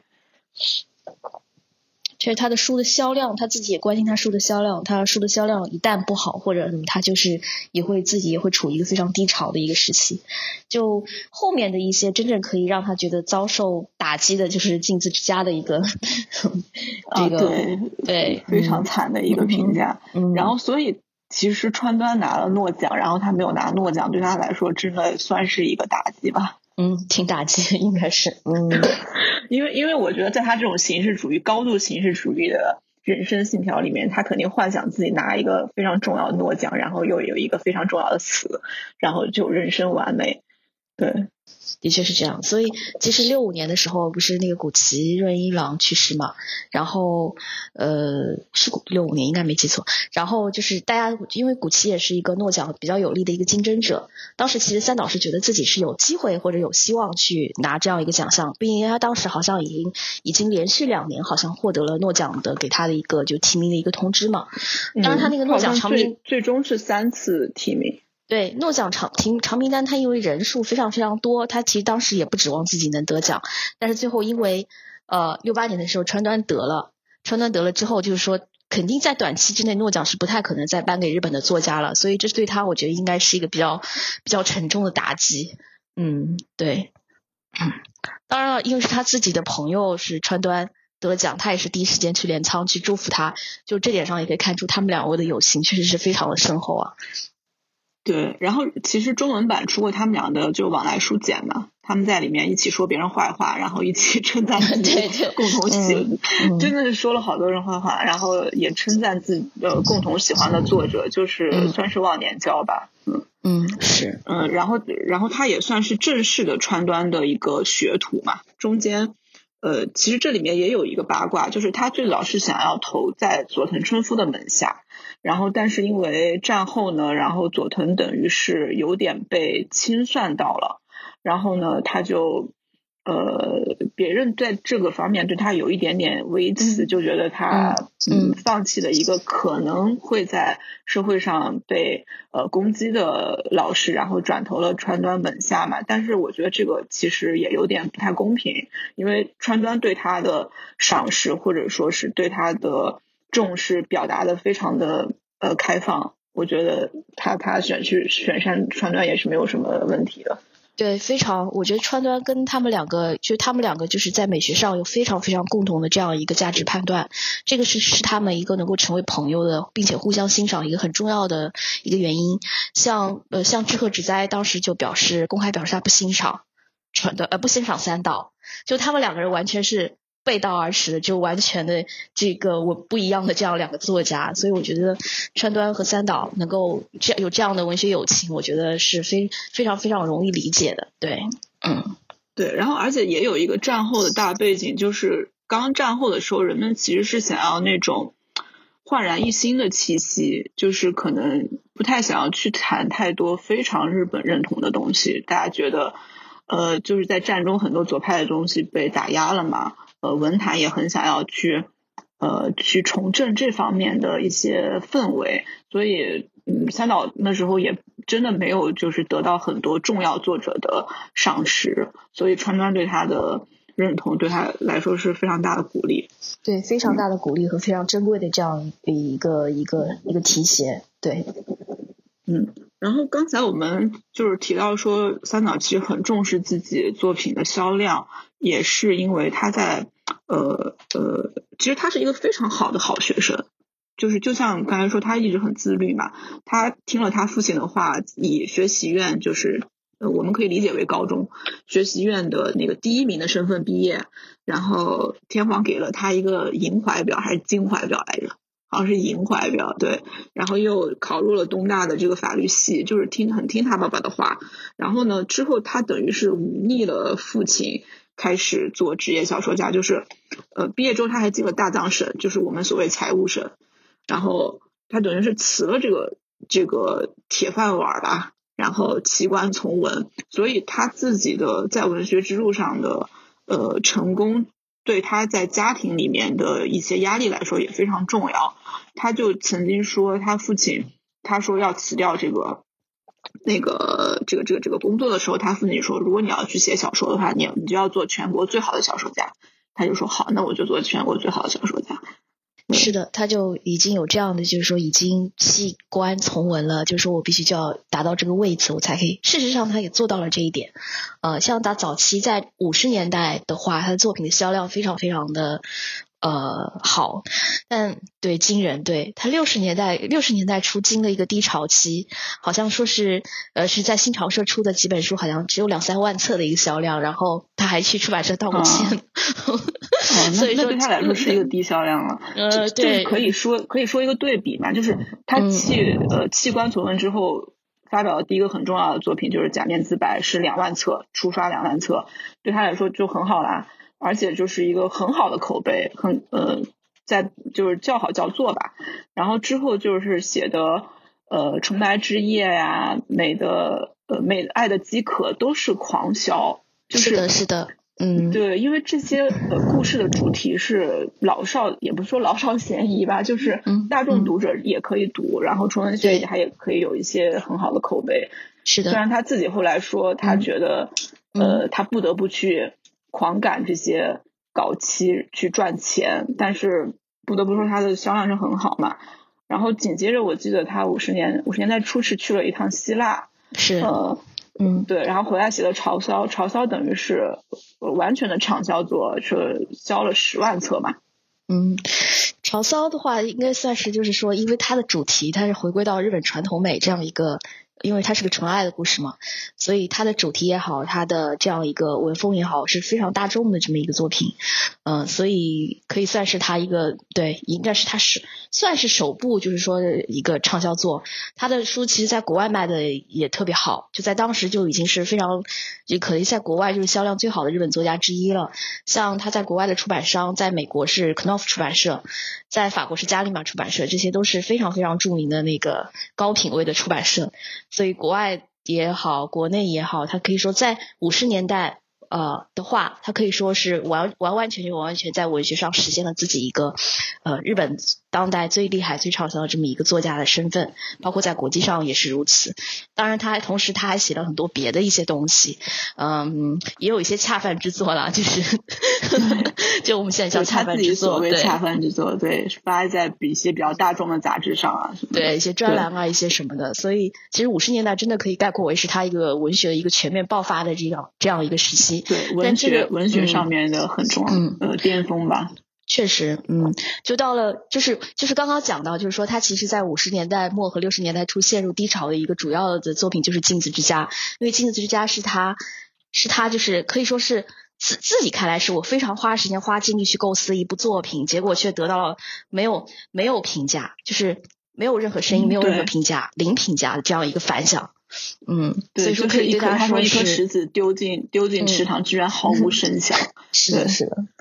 [SPEAKER 4] 这是他的书的销量，他自己也关心他书的销量，他书的销量一旦不好或者他就是自己也会处于一个非常低潮的一个时期。就后面的一些真正可以让他觉得遭受打击的就是镜子之家的一个这个对
[SPEAKER 3] 非常惨的一个评价。然后所以其实川端拿了诺奖，然后他没有拿诺奖，对他来说真的算是一个打击吧。
[SPEAKER 4] 挺打击应该是。
[SPEAKER 3] 因为我觉得在他这种高度形式主义的人生信条里面，他肯定幻想自己拿一个非常重要的诺奖，然后又有一个非常重要的词，然后就人生完美。 对，
[SPEAKER 4] 的确是这样。所以其实65年的时候不是那个谷崎润一郎去世嘛，然后是65年应该没记错，然后就是大家因为谷崎也是一个诺奖比较有力的一个竞争者，当时其实三岛是觉得自己是有机会或者有希望去拿这样一个奖项，并因为他当时好像已经连续2年好像获得了诺奖的给他的一个就提名的一个通知嘛。当然他那个诺奖长名
[SPEAKER 3] 最终是3次提名。
[SPEAKER 4] 对，诺奖长名单，他因为人数非常非常多，他其实当时也不指望自己能得奖，但是最后因为68年的时候川端得了之后，就是说肯定在短期之内诺奖是不太可能再颁给日本的作家了，所以这对他我觉得应该是一个比较沉重的打击。对，当然了，因为是他自己的朋友是川端得奖，他也是第一时间去镰仓去祝福他，就这点上也可以看出他们两位的友情确实是非常的深厚啊。
[SPEAKER 3] 对，然后其实中文版出过他们俩的就往来书简嘛，他们在里面一起说别人坏话，然后一起称赞自己共同真的是说了好多人坏话，然后也称赞自己共同喜欢的作者，就是算是忘年交吧。
[SPEAKER 4] 是
[SPEAKER 3] 然后他也算是正式的川端的一个学徒嘛。中间其实这里面也有一个八卦，就是他最早是想要投在佐藤春夫的门下，然后但是因为战后呢，然后佐藤等于是有点被清算到了，然后呢他就别人在这个方面对他有一点点微词，就觉得他放弃了一个可能会在社会上被攻击的老师，然后转投了川端门下嘛。但是我觉得这个其实也有点不太公平，因为川端对他的赏识或者说是对他的重视表达的非常的开放，我觉得他选上川端也是没有什么问题的。
[SPEAKER 4] 对，非常，我觉得川端跟他们两个就是在美学上有非常非常共同的这样一个价值判断，这个是他们一个能够成为朋友的，并且互相欣赏一个很重要的一个原因。像志贺直哉当时就公开表示他不欣赏三岛，就他们两个人完全是背道而驰的，就完全的这个我不一样的这样两个作家，所以我觉得川端和三岛能够有这样的文学友情，我觉得是非常非常容易理解的。对，
[SPEAKER 3] 对，然后而且也有一个战后的大背景，就是刚战后的时候，人们其实是想要那种焕然一新的气息，就是可能不太想要去谈太多非常日本认同的东西，大家觉得就是在战中很多左派的东西被打压了嘛。文坛也很想要去重振这方面的一些氛围，所以三岛那时候也真的没有就是得到很多重要作者的赏识，所以川端对他的认同对他来说是非常大的鼓励。
[SPEAKER 4] 对，非常大的鼓励和非常珍贵的这样一个提携。对，
[SPEAKER 3] 然后刚才我们就是提到说三岛其实很重视自己作品的销量，也是因为他在其实他是一个非常好的好学生，就像刚才说他一直很自律嘛，他听了他父亲的话，以学习院就是我们可以理解为高中学习院的那个第1名的身份毕业，然后天皇给了他一个银怀表还是金怀表来着，好像是银怀表，对，然后又考入了东大的这个法律系，就是很听他爸爸的话。然后呢，之后他等于是忤逆了父亲，开始做职业小说家，就是毕业之后他还进了大藏省，就是我们所谓财务省，然后他等于是辞了这个铁饭碗吧，然后弃官从文，所以他自己的在文学之路上的成功，对他在家庭里面的一些压力来说也非常重要。他就曾经说他父亲，他说要辞掉这个工作的时候，他父亲说如果你要去写小说的话，你就要做全国最好的小说家。他就说好，那我就做全国最好的小说家。
[SPEAKER 4] 是的，他就已经有这样的，就是说已经弃官从文了，就是说我必须就要达到这个位置我才可以。事实上他也做到了这一点。像他早期在50年代的话，他的作品的销量非常非常的好，但对惊人，对他60年代初经了一个低潮期，好像说是在新潮社出的几本书好像只有2-3万册的一个销量，然后他还去出版社道过歉。所以说
[SPEAKER 3] 那对他来说是一个低销量了。
[SPEAKER 4] 对，
[SPEAKER 3] 可以说一个对比嘛，就是他弃官从文之后， 发表的第一个很重要的作品就是《假面自白》，是2万册，初刷2万册，对他来说就很好啦，而且就是一个很好的口碑，在就是叫好叫座吧。然后之后就是写的纯白之夜呀、美爱的饥渴都是狂销，就是
[SPEAKER 4] 是的。
[SPEAKER 3] 对，因为这些故事的主题是老少，也不是说老少咸宜吧，就是大众读者也可以读，然后纯文学它也可以有一些很好的口碑。
[SPEAKER 4] 是的，
[SPEAKER 3] 虽然他自己后来说他觉得他不得不去狂赶这些稿期去赚钱，但是不得不说他的销量是很好嘛。然后紧接着我记得他50年代初是去了一趟希腊，
[SPEAKER 4] 是
[SPEAKER 3] 对，然后回来写的嘲骚等于是完全的畅销作，是销了10万册嘛。
[SPEAKER 4] 嘲骚的话应该算是就是说，因为它的主题它是回归到日本传统美这样一个，因为它是个纯爱的故事嘛，所以它的主题也好，它的这样一个文风也好，是非常大众的这么一个作品。所以可以算是它一个，对，应该是它算是首部就是说一个畅销作。他的书其实在国外卖的也特别好，就在当时就已经是非常，就可能在国外就是销量最好的日本作家之一了。像他在国外的出版商，在美国是 Knopf 出版社，在法国是加利玛出版社，这些都是非常非常著名的那个高品位的出版社。所以国外也好，国内也好，它可以说在50年代的话，它可以说是完全在文学上实现了自己一个日本当代最厉害最畅销的这么一个作家的身份，包括在国际上也是如此。当然同时他还写了很多别的一些东西，也有一些恰饭之作啦，就是就我们现在叫恰饭之作，
[SPEAKER 3] 所谓恰饭之作，对，发在一些比较大众的杂志上啊什么的，
[SPEAKER 4] 对，一些专栏啊一些什么的。所以其实50年代真的可以概括为是他一个文学的一个全面爆发的这样一个时期。
[SPEAKER 3] 对，文学上面的很重要巅峰吧。
[SPEAKER 4] 确实，就到了就是刚刚讲到，就是说他其实在50年代末和60年代初陷入低潮的一个主要的作品就是《镜子之家》，因为《镜子之家》是他就是可以说是自己看来是我非常花时间花精力去构思一部作品，结果却得到了没有评价，就是没有任何声音，没有任何评价，零评价的这样一个反响。
[SPEAKER 3] 对，
[SPEAKER 4] 所以说可以对他说
[SPEAKER 3] 一颗石子丢进池塘，居然毫无声响。
[SPEAKER 4] 是的，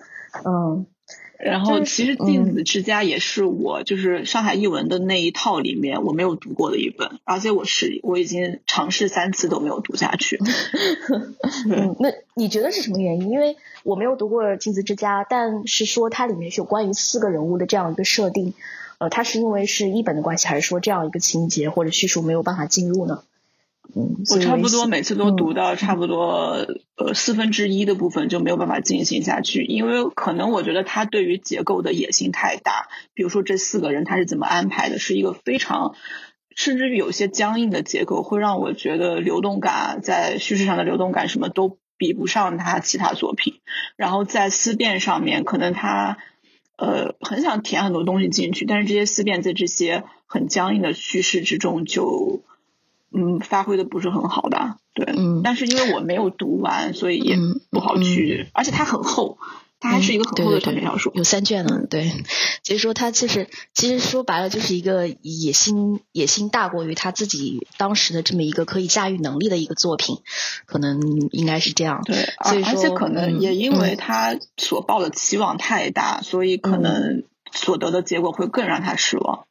[SPEAKER 3] 然后其实《镜子之家》也是我就是上海译文的那一套里面我没有读过的一本，而且我已经尝试3次都没有读下去。
[SPEAKER 4] 那你觉得是什么原因？因为我没有读过《镜子之家》，但是说它里面是有关于4个人物的这样一个设定，它是因为是译本的关系，还是说这样一个情节或者叙述没有办法进入呢？
[SPEAKER 3] 我差不多每次都读到差不多1/4的部分就没有办法进行下去，因为可能我觉得他对于结构的野心太大，比如说这4个人他是怎么安排的，是一个非常甚至于有些僵硬的结构，会让我觉得流动感在叙事上的流动感什么都比不上他其他作品。然后在思辨上面可能他很想填很多东西进去，但是这些思辨在这些很僵硬的叙事之中就发挥的不是很好吧。对，但是因为我没有读完，所以也不好去而且它很厚，它还是一个很厚的长篇小说，
[SPEAKER 4] 有3卷呢。对，所以说它其实说白了就是一个野心大过于他自己当时的这么一个可以驾驭能力的一个作品，可能应该是这样。
[SPEAKER 3] 对，
[SPEAKER 4] 所以说
[SPEAKER 3] 而且可能也因为他所抱的期望太大，所以可能所得的结果会更让他失望。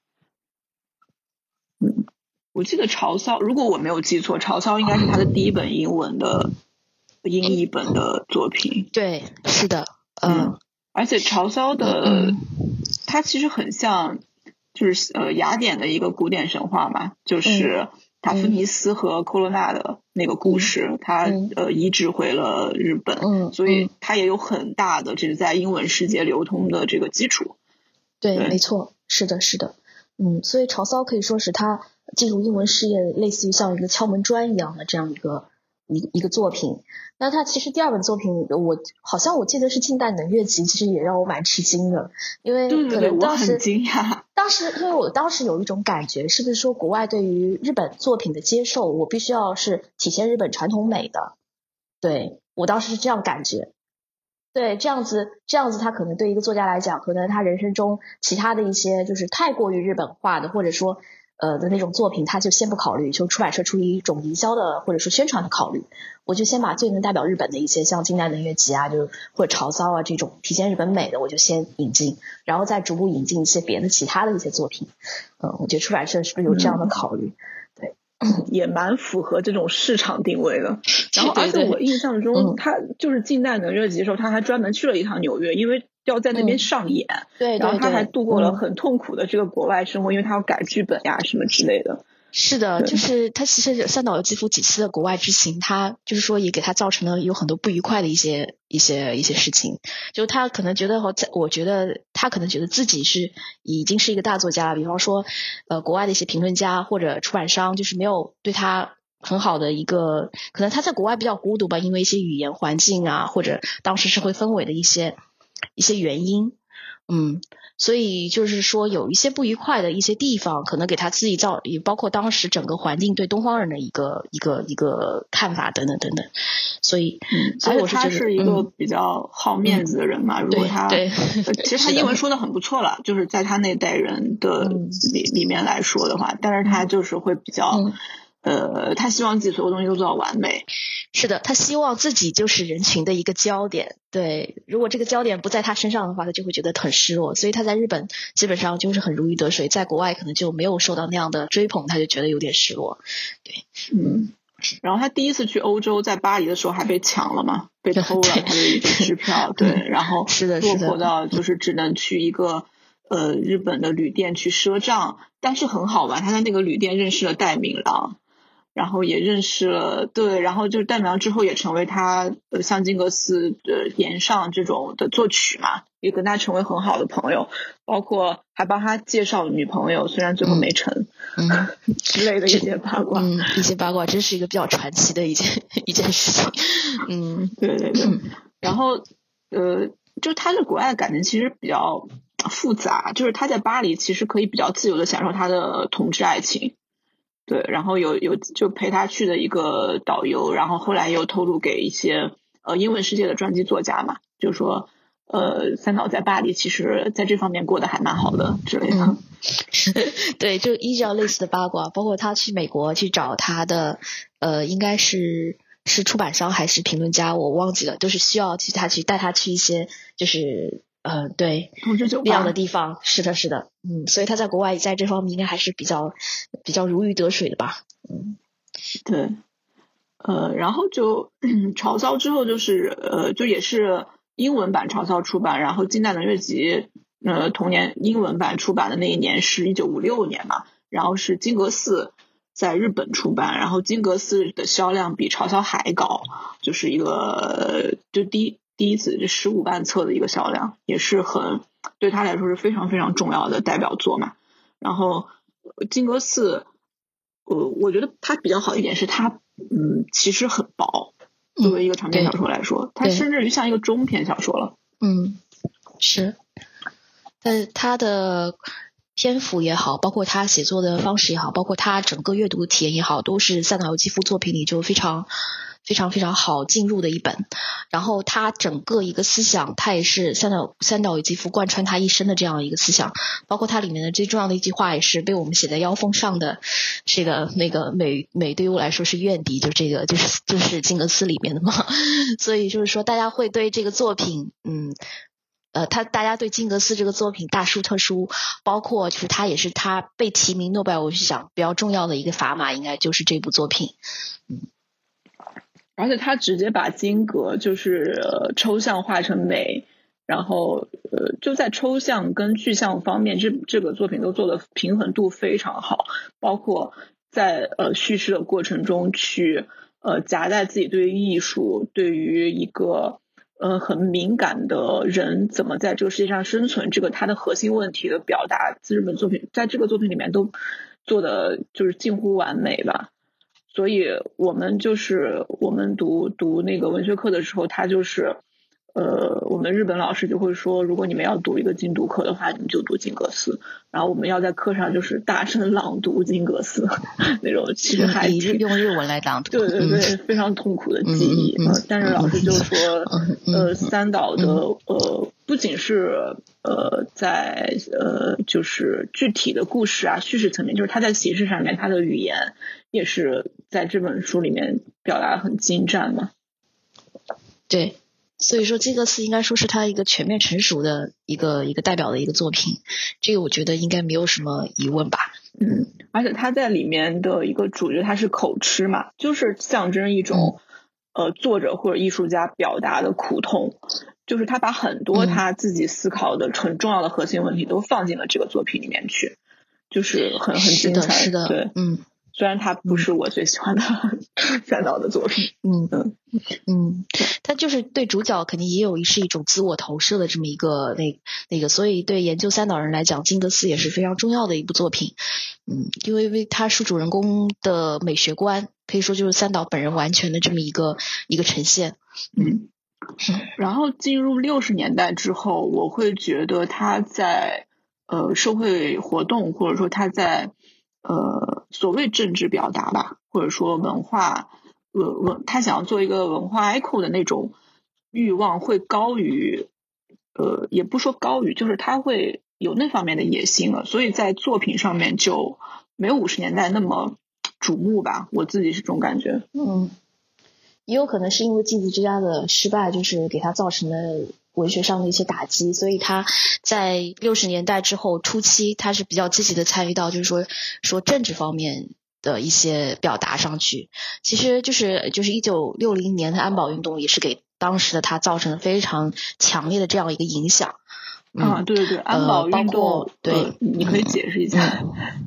[SPEAKER 3] 我记得潮骚，如果我没有记错，潮骚应该是他的第一本英文的英译本的作品。
[SPEAKER 4] 对，是的，
[SPEAKER 3] 而且潮骚的它其实很像就是雅典的一个古典神话嘛，就是塔夫尼斯和科罗娜的那个故事，它移植回了日本，所以它也有很大的这个在英文世界流通的这个基础。
[SPEAKER 4] 对，没错，是的，所以潮骚可以说是他进入英文事业类似于像一个敲门砖一样的这样一个作品。那他其实第2本作品我记得是近代能乐集，其实也让我蛮吃惊的，因为可能当时
[SPEAKER 3] 我很惊讶，
[SPEAKER 4] 因为我当时有一种感觉，是不是说国外对于日本作品的接受，我必须要是体现日本传统美的，对，我当时是这样感觉。对，这样子他可能对一个作家来讲，可能他人生中其他的一些就是太过于日本化的，或者说的那种作品，他就先不考虑，就出版社出于一种营销的或者说宣传的考虑，我就先把最能代表日本的一些像近代能乐集啊，就或者潮骚啊这种体现日本美的，我就先引进，然后再逐步引进一些别的其他的一些作品。我觉得出版社是不是有这样的考虑？对，
[SPEAKER 3] 也蛮符合这种市场定位的。然后，而且我印象中，他就是近代能乐集的时候，他还专门去了一趟纽约，因为要在那边上演。
[SPEAKER 4] 对，
[SPEAKER 3] 然后他还度过了很痛苦的这个国外生活，因为他要改剧本呀什么之类的。
[SPEAKER 4] 是的，就是他其实三岛由纪夫几次的国外之行，他就是说也给他造成了有很多不愉快的一些事情。就他可能觉得，我觉得他可能觉得自己是已经是一个大作家了，比方说国外的一些评论家或者出版商就是没有对他很好的一个，可能他在国外比较孤独吧，因为一些语言环境啊，或者当时社会氛围的一些原因。所以就是说有一些不愉快的一些地方，可能给他自己也包括当时整个环境对东方人的一个看法等等等等。所以我是觉得
[SPEAKER 3] 他是一个比较好面子的人嘛。如果他其实他英文说的很不错了，就是在他那代人的里面来说的话，但是他就是会比较他希望自己所有东西都做到完美。
[SPEAKER 4] 是的，他希望自己就是人群的一个焦点。对，如果这个焦点不在他身上的话，他就会觉得很失落。所以他在日本基本上就是很如鱼得水，在国外可能就没有受到那样的追捧，他就觉得有点失落。对，
[SPEAKER 3] 然后他第一次去欧洲，在巴黎的时候还被抢了嘛，被偷了他的一个支票。对，然后落魄到就是只能去一个日本的旅店去赊账，但是很好玩，他在那个旅店认识了戴敏郎。然后也认识了，然后就是戴敏郎之后也成为他像金格斯岩上这种的作曲嘛，也跟他成为很好的朋友，包括还帮他介绍女朋友，虽然最后没成，之类的一些八卦，
[SPEAKER 4] 一些八卦真是一个比较传奇的一件事情。
[SPEAKER 3] 对，然后就他在国外的感情其实比较复杂，就是他在巴黎其实可以比较自由的享受他的同志爱情。对，然后有就陪他去的一个导游，然后后来又透露给一些英文世界的传记作家嘛，就说三岛在巴黎其实在这方面过得还蛮好的之类的。
[SPEAKER 4] 对，就依照类似的八卦，包括他去美国去找他的应该是出版商还是评论家，我忘记了，都是需要带他去一些就是对，那样的地方。是的，所以他在国外在这方面应该还是比较如鱼得水的吧。
[SPEAKER 3] 对，然后就潮骚之后就是就也是英文版潮骚出版，然后近代能乐集同年英文版出版的那一年是1956年嘛，然后是金阁寺在日本出版，然后金阁寺的销量比潮骚还高，就是一个就第一次15万册的一个销量，也是很对他来说是非常非常重要的代表作嘛。然后金阁寺我觉得它比较好一点是它其实很薄，作为一个长篇小说来说，它甚至于像一个中篇小说了。
[SPEAKER 4] 是，但是它的篇幅也好，包括他写作的方式也好，包括他整个阅读体验也好，都是三岛由纪夫作品里就非常非常非常好进入的一本。然后他整个一个思想，他也是三岛由纪夫贯穿他一生的这样一个思想，包括它里面的最重要的一句话也是被我们写在腰封上的，这个那个美对于我来说是怨敌，就这个就是金阁寺里面的嘛。所以就是说大家会对这个作品大家对金阁寺这个作品大书特书，包括就是他也是他被提名诺贝尔文学奖比较重要的一个砝码，应该就是这部作品。
[SPEAKER 3] 而且他直接把金阁就是抽象化成美，然后就在抽象跟具象方面，这个作品都做的平衡度非常好，包括在叙事的过程中去夹带自己对于艺术，对于一个很敏感的人怎么在这个世界上生存，这个他的核心问题的表达，日本作品在这个作品里面都做的就是近乎完美吧。所以我们读那个文学课的时候，他就是我们日本老师就会说，如果你们要读一个精读课的话，你们就读金阁寺，然后我们要在课上就是大声朗读金阁寺那种，其实还
[SPEAKER 4] 用日文来朗读，
[SPEAKER 3] 对对对，非常痛苦的记忆。但是老师就说，三岛的不仅是在就是具体的故事啊叙事层面，就是他在形式上面他的语言也是在这本书里面表达很精湛嘛。
[SPEAKER 4] 对，所以说金阁寺应该说是他一个全面成熟的一个代表的一个作品，这个我觉得应该没有什么疑问吧。
[SPEAKER 3] 而且他在里面的一个主角他是口吃嘛，就是象征一种作者或者艺术家表达的苦痛，就是他把很多他自己思考的很重要的核心问题都放进了这个作品里面去，就是很精彩。
[SPEAKER 4] 是的，
[SPEAKER 3] 对，虽然它不是我最喜欢的三岛的作品，
[SPEAKER 4] 他就是对主角肯定也是一种自我投射的这么一个那个，所以对研究三岛人来讲，金阁寺也是非常重要的一部作品。因为他是主人公的美学观，可以说就是三岛本人完全的这么一个呈现。
[SPEAKER 3] 然后进入60年代之后，我会觉得他在社会活动，或者说他在所谓政治表达吧，或者说文化他想要做一个文化 echo 的那种欲望会高于也不说高于，就是他会有那方面的野心了，所以在作品上面就没有50年代那么瞩目吧，我自己是这种感觉。
[SPEAKER 4] 也有可能是因为镜子之家的失败，就是给他造成了文学上的一些打击，所以他在60年代之后初期，他是比较积极的参与到就是说政治方面的一些表达上去。其实就是1960年的安保运动也是给当时的他造成了非常强烈的这样一个影响。
[SPEAKER 3] 对对对，安保运动，
[SPEAKER 4] 对，
[SPEAKER 3] 你可以解释一下。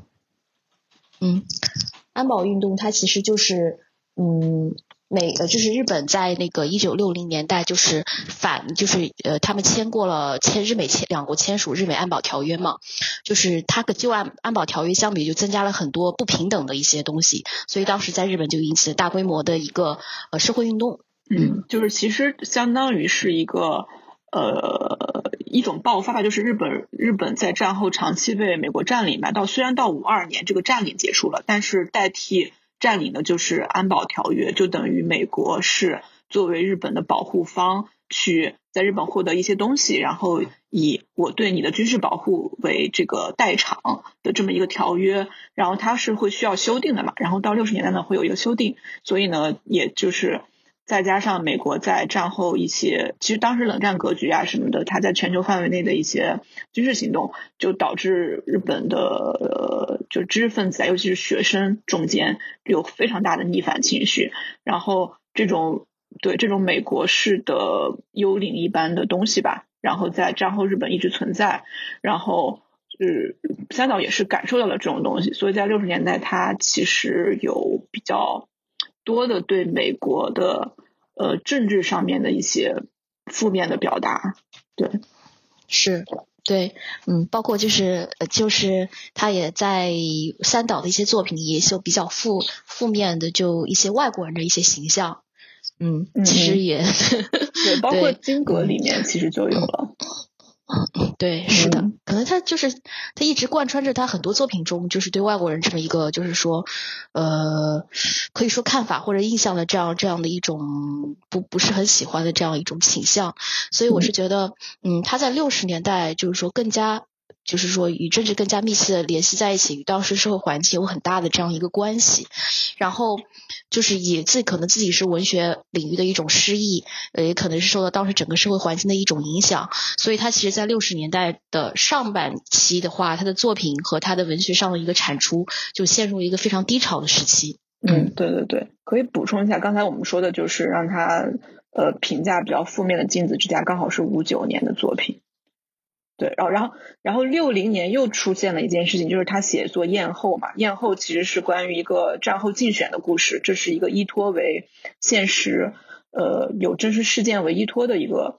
[SPEAKER 4] 安保运动它其实就是就是日本在那个1960年代就是他们日美两国签署日美安保条约嘛，就是它跟旧安保条约相比就增加了很多不平等的一些东西，所以当时在日本就引起了大规模的一个社会运动。
[SPEAKER 3] 就是其实相当于是一个一种爆发，就是日本在战后长期被美国占领嘛，虽然到52年这个占领结束了，但是代替占领的就是安保条约，就等于美国是作为日本的保护方去在日本获得一些东西，然后以我对你的军事保护为这个代偿的这么一个条约，然后它是会需要修订的嘛，然后到60年代呢会有一个修订，所以呢也就是再加上美国在战后一些其实当时冷战格局啊什么的，它在全球范围内的一些军事行动，就导致日本的就知识分子啊，尤其是学生中间有非常大的逆反情绪，然后这种美国式的幽灵一般的东西吧，然后在战后日本一直存在，然后三岛也是感受到了这种东西，所以在60年代他其实有比较多的对美国的政治上面的一些负面的表达。对，
[SPEAKER 4] 是，对，包括就是他也在三岛的一些作品里也有比较负面的就一些外国人的一些形象。其实也
[SPEAKER 3] 对，包括金阁里面其实就有了。
[SPEAKER 4] 对，是的，可能他一直贯穿着他很多作品中，就是对外国人这么一个，就是说，可以说看法或者印象的这样的一种不是很喜欢的这样一种倾向，所以我是觉得，他在60年代就是说更加。就是说与政治更加密切的联系在一起，与当时社会环境有很大的这样一个关系，然后就是也可能自己是文学领域的一种失意，也可能是受到当时整个社会环境的一种影响，所以他其实在60年代的上半期的话，他的作品和他的文学上的一个产出就陷入一个非常低潮的时期。
[SPEAKER 3] 对对对，可以补充一下，刚才我们说的就是让他评价比较负面的镜子之家刚好是59年的作品。对，然后60年又出现了一件事情，就是他写作艳后嘛，艳后其实是关于一个战后竞选的故事，这是一个依托为现实有真实事件为依托的一个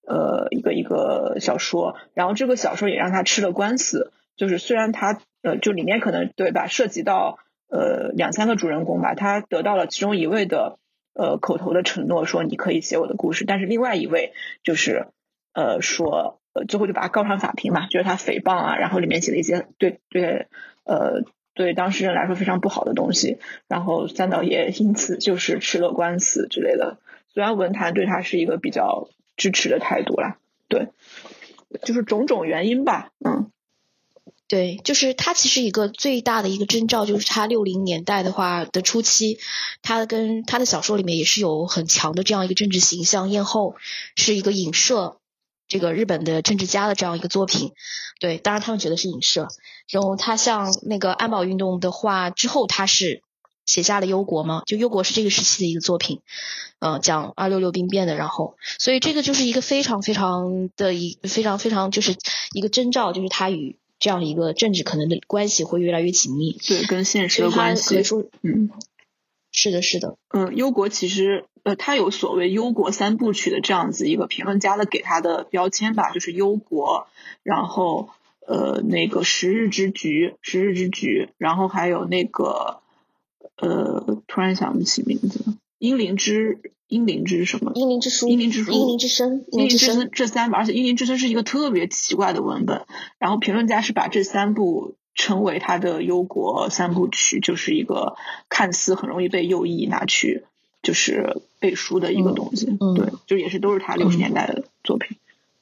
[SPEAKER 3] 小说，然后这个小说也让他吃了官司，就是虽然他就里面可能对吧涉及到2-3个主人公吧，他得到了其中一位的口头的承诺说你可以写我的故事，但是另外一位就是说最后就把他告上法庭嘛，觉得他诽谤啊，然后里面写了一些对当事人来说非常不好的东西，然后三岛也因此就是吃了官司之类的。虽然文坛对他是一个比较支持的态度啦，对，就是种种原因吧，
[SPEAKER 4] 对，就是他其实一个最大的一个征兆，就是他60年代的话的初期，他跟他的小说里面也是有很强的这样一个政治形象，燕后是一个影射这个日本的政治家的这样一个作品。对，当然他们觉得是影射。然后他像那个安保运动的话之后，他是写下了忧国嘛，就忧国是这个时期的一个作品，讲266兵变的，然后所以这个就是一个非常就是一个征兆，就是他与这样一个政治可能的关系会越来越紧密，
[SPEAKER 3] 对，跟现实的关系，可以
[SPEAKER 4] 说，是的，
[SPEAKER 3] 忧国其实他有所谓忧国3部曲的这样子一个评论家的给他的标签吧，就是忧国，然后那个十日之局，然后还有那个突然想不起名字了，英灵之什么？
[SPEAKER 4] 英灵之书、
[SPEAKER 3] 英灵之
[SPEAKER 4] 声，
[SPEAKER 3] 这3部，而且英灵之声是一个特别奇怪的文本，然后评论家是把这3部称为他的忧国3部曲，就是一个看似很容易被右翼拿去就是背书的一个东西，对，就也是都是他60年代的作品，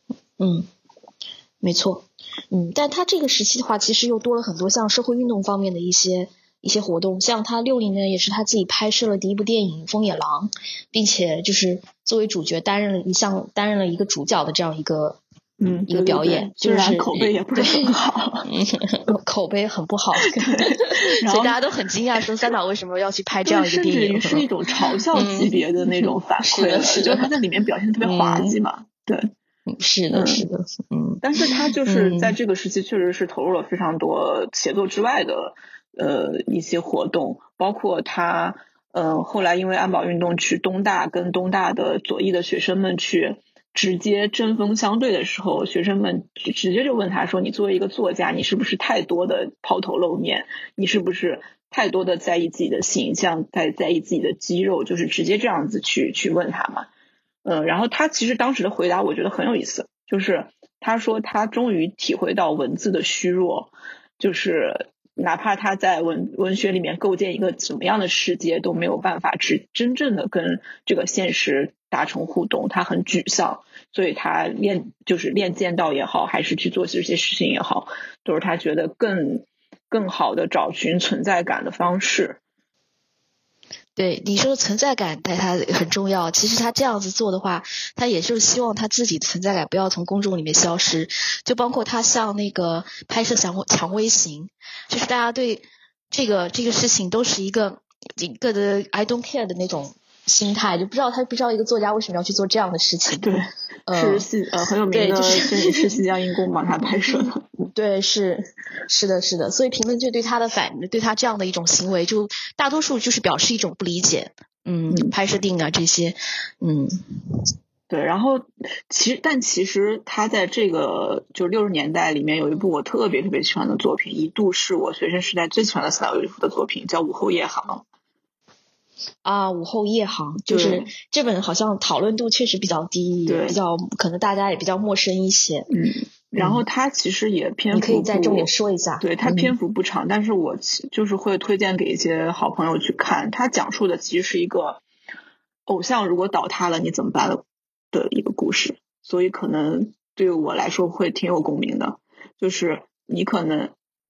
[SPEAKER 4] 没错，但他这个时期的话，其实又多了很多像社会运动方面的一些活动，像他60年也是他自己拍摄了第一部电影《风野狼》，并且就是作为主角担任了一个主角的这样一个表演，就是
[SPEAKER 3] 口碑也不是很好，
[SPEAKER 4] 口碑很不好，所以大家都很惊讶，说三岛为什么要去拍这样一个电影，
[SPEAKER 3] 甚至于是一种嘲笑级别的那种反馈了，就是他在里面表现特别滑稽嘛，对。
[SPEAKER 4] 是的，
[SPEAKER 3] 但是他就是在这个时期确实是投入了非常多写作之外的一些活动，包括他后来因为安保运动去东大，跟东大的左翼的学生们去直接针锋相对的时候，学生们直接就问他说，你作为一个作家，你是不是太多的抛头露面，你是不是太多的在意自己的形象，在意自己的肌肉，就是直接这样子去问他嘛。然后他其实当时的回答我觉得很有意思，就是他说他终于体会到文字的虚弱，就是哪怕他在文学里面构建一个怎么样的世界都没有办法真正的跟这个现实达成互动，他很沮丧，所以他练剑道也好，还是去做这些事情也好，都是他觉得更好的找寻存在感的方式。
[SPEAKER 4] 对，你说的存在感对他很重要，其实他这样子做的话，他也就是希望他自己的存在感不要从公众里面消失，就包括他像那个拍摄蔷薇行，就是大家对这个事情都是一个的 I don't care 的那种心态，就不知道一个作家为什么要去做这样的事情。
[SPEAKER 3] 对，是很有名的摄影师西江英公帮他拍摄的。
[SPEAKER 4] 对，是的，所以评论就对他这样的一种行为，就大多数就是表示一种不理解，拍摄电影啊这些，
[SPEAKER 3] 对，然后其实他在这个就60年代里面有一部我特别特别喜欢的作品，一度是我学生时代最喜欢的三岛由纪夫的作品，叫《午后夜航》。
[SPEAKER 4] 午后夜航，就是这本好像讨论度确实比较低，比较可能大家也比较陌生一些。
[SPEAKER 3] 然后它其实也篇幅，
[SPEAKER 4] 你可以再重点说一下。
[SPEAKER 3] 对，它篇幅不长，但是我就是会推荐给一些好朋友去看。它讲述的其实是一个偶像如果倒塌了你怎么办的一个故事，所以可能对我来说会挺有共鸣的。就是你可能